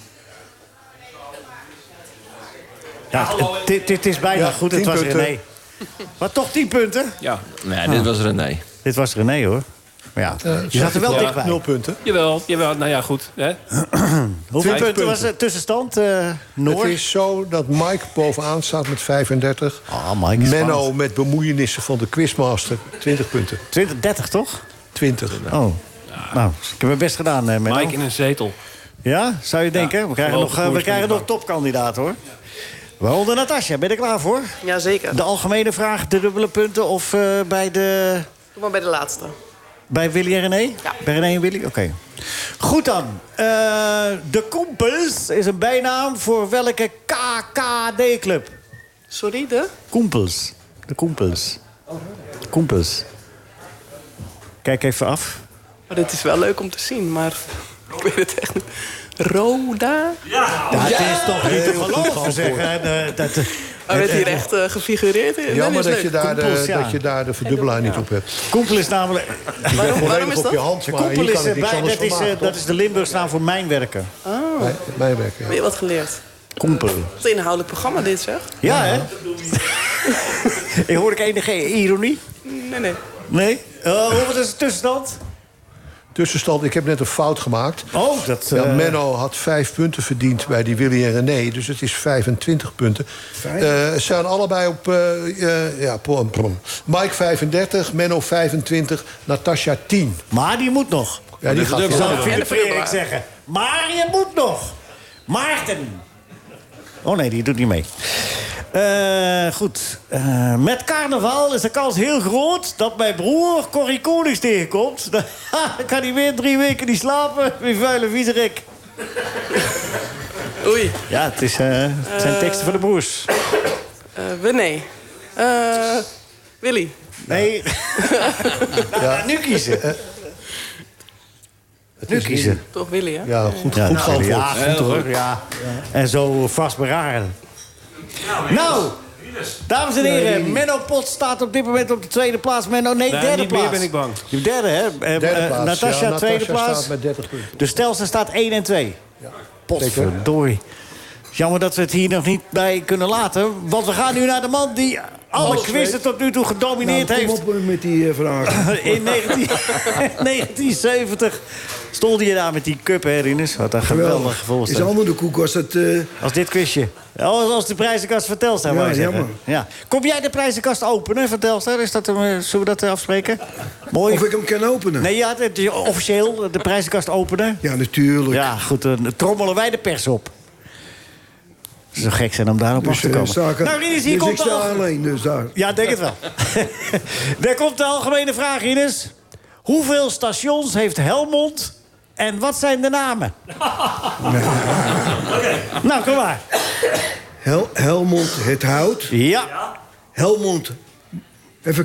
Ja, dit is bijna goed. Het was punten. René. Maar toch 10 punten? Ja. Nee, dit was René. Dit was René, hoor. Maar ja, je zat er wel dichtbij. 0 punten. Jawel. Nou ja, goed. Hè? Hoeveel 20 punten was de tussenstand, Noor? Het is zo dat Mike bovenaan staat met 35. Mike is Menno spannend. met bemoeienissen van de quizmaster, 20 punten. 30 toch? 20. Oh. Nou, ik heb mijn best gedaan, Menno. Mike in een zetel. Ja, zou je denken? We krijgen nog topkandidaten, hoor. Waaronder Natasja, ben je er klaar voor? Jazeker. De algemene vraag, de dubbele punten of bij de... Doe maar bij de laatste. Bij Willy en René? Ja. Bij René en Willy? Oké. Goed dan. De Koempels is een bijnaam voor welke KKD-club? Sorry, de? Koempels. De Koempels. Koempels. Kijk even af. Maar dit is wel leuk om te zien, maar ik weet het echt niet. Roda? Ja, het is toch niet te geloven, zeg. werd hier echt gefigureerd in. Jammer Nee, dat je daar de verdubbelaar niet op hebt. Koempel is namelijk... Waarom is dat? Koempel is, dat is de Limburgse naam voor mijnwerken. Oh. Mijnwerken, Weer wat geleerd. Koempel. Wat een inhoudelijk programma dit, zeg. Ja, hè? Ik hoor ik enige ironie? Nee. Nee? Wat is de tussenstand? Tussenstand, ik heb net een fout gemaakt. Oh, dat... Menno had 5 punten verdiend bij die Willy en René. Dus het is 25 punten. Ze zijn allebei op... Mike 35, Menno 25, Natasja 10. Maar die moet nog. Ja, die gaat Philip Frederik zeggen. Maar je moet nog. Maarten. Oh nee, die doet niet mee. Goed. Met carnaval is de kans heel groot dat mijn broer Corrie Konings tegenkomt. Dan kan hij weer 3 weken niet slapen. Wie vuile viezerik. Oei. Ja, het zijn teksten van de broers. Nee. Willy. Nee. Nu kiezen. Nu kiezen. Toch Willy, hè? Ja, goed geantwoord. Ja, goed hoor. Ja. En zo vastberaden. Nou, dames en heren, Menno Pot staat op dit moment op de tweede plaats. Menno, derde niet plaats. meer ben ik bang. Je derde, hè? Derde plaats. Natasja, tweede plaats. Staat met 30 punten. De Stelsel staat 1 en 2. Ja. Potverdorie. Jammer dat we het hier nog niet bij kunnen laten. Want we gaan nu naar de man die alle quizzen tot nu toe gedomineerd heeft. Kom op met die vragen. In 1970 stond hij daar met die cup, hè, Rinus? Wat een geweldig gevoel. Is allemaal de koek als het... Als dit quizje. Als de prijzenkast van Telstar, wou je zeggen. jammer. Ja. Kom jij de prijzenkast openen van Telstar? Zullen we dat afspreken? Mooi. Of ik hem kan openen? Nee, ja, officieel de prijzenkast openen. Ja, natuurlijk. Ja, goed, dan trommelen wij de pers op. Het zou gek zijn om daarop af te komen. Nou, Rinus, hier komt ik sta alleen, dus daar. Ja, denk het wel. Daar komt de algemene vraag, Rinus. Hoeveel stations heeft Helmond en wat zijn de namen? Nou, kom maar. Helmond het Hout. Ja. Helmond. Even...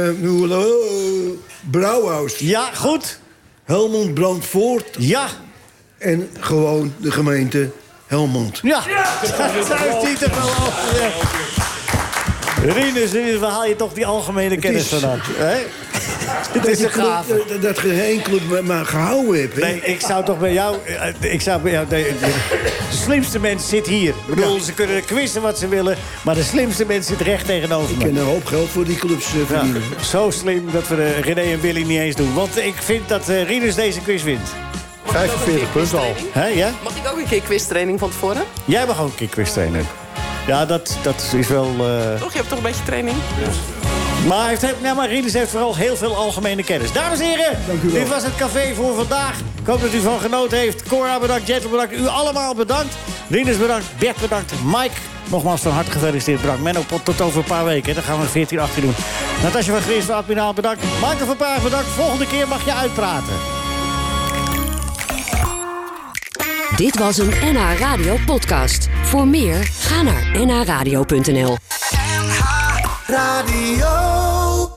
Brouwhaus. Ja, goed. Helmond Brandvoort. Ja. En gewoon de gemeente Helmond. Ja, daar heeft hij toch wel over. Rinus, waar haal je toch die algemene kennis vandaan? Het is een gaaf. Dat geen club maar gehouden hebt. Nee, ik zou toch bij jou... de slimste mens zit hier. Ik bedoel, ze kunnen quizzen wat ze willen... maar de slimste mens zit recht tegenover me. Ik kan een hoop geld voor die clubs verdienen. Ja, zo slim dat we de René en Willy niet eens doen. Want ik vind dat Rinus deze quiz wint. 45 punten al. Ja? Mag ik ook een keer quiztraining van tevoren? Jij mag ook een keer quiz trainen. Ja, dat is wel... Toch, je hebt toch een beetje training? Maar Rinus heeft vooral heel veel algemene kennis. Dames en heren, dit was het café voor vandaag. Ik hoop dat u van genoten heeft. Cora bedankt, Jettel bedankt, u allemaal bedankt. Rinus bedankt, Bert bedankt, Mike nogmaals van harte gefeliciteerd. Bedankt. Menno, tot over een paar weken. Dan gaan we 14-18 doen. Natasja van Gries van Admiraal bedankt. Michael van Praag bedankt. Volgende keer mag je uitpraten. Dit was een NH Radio podcast. Voor meer, ga naar nhradio.nl. NH Radio.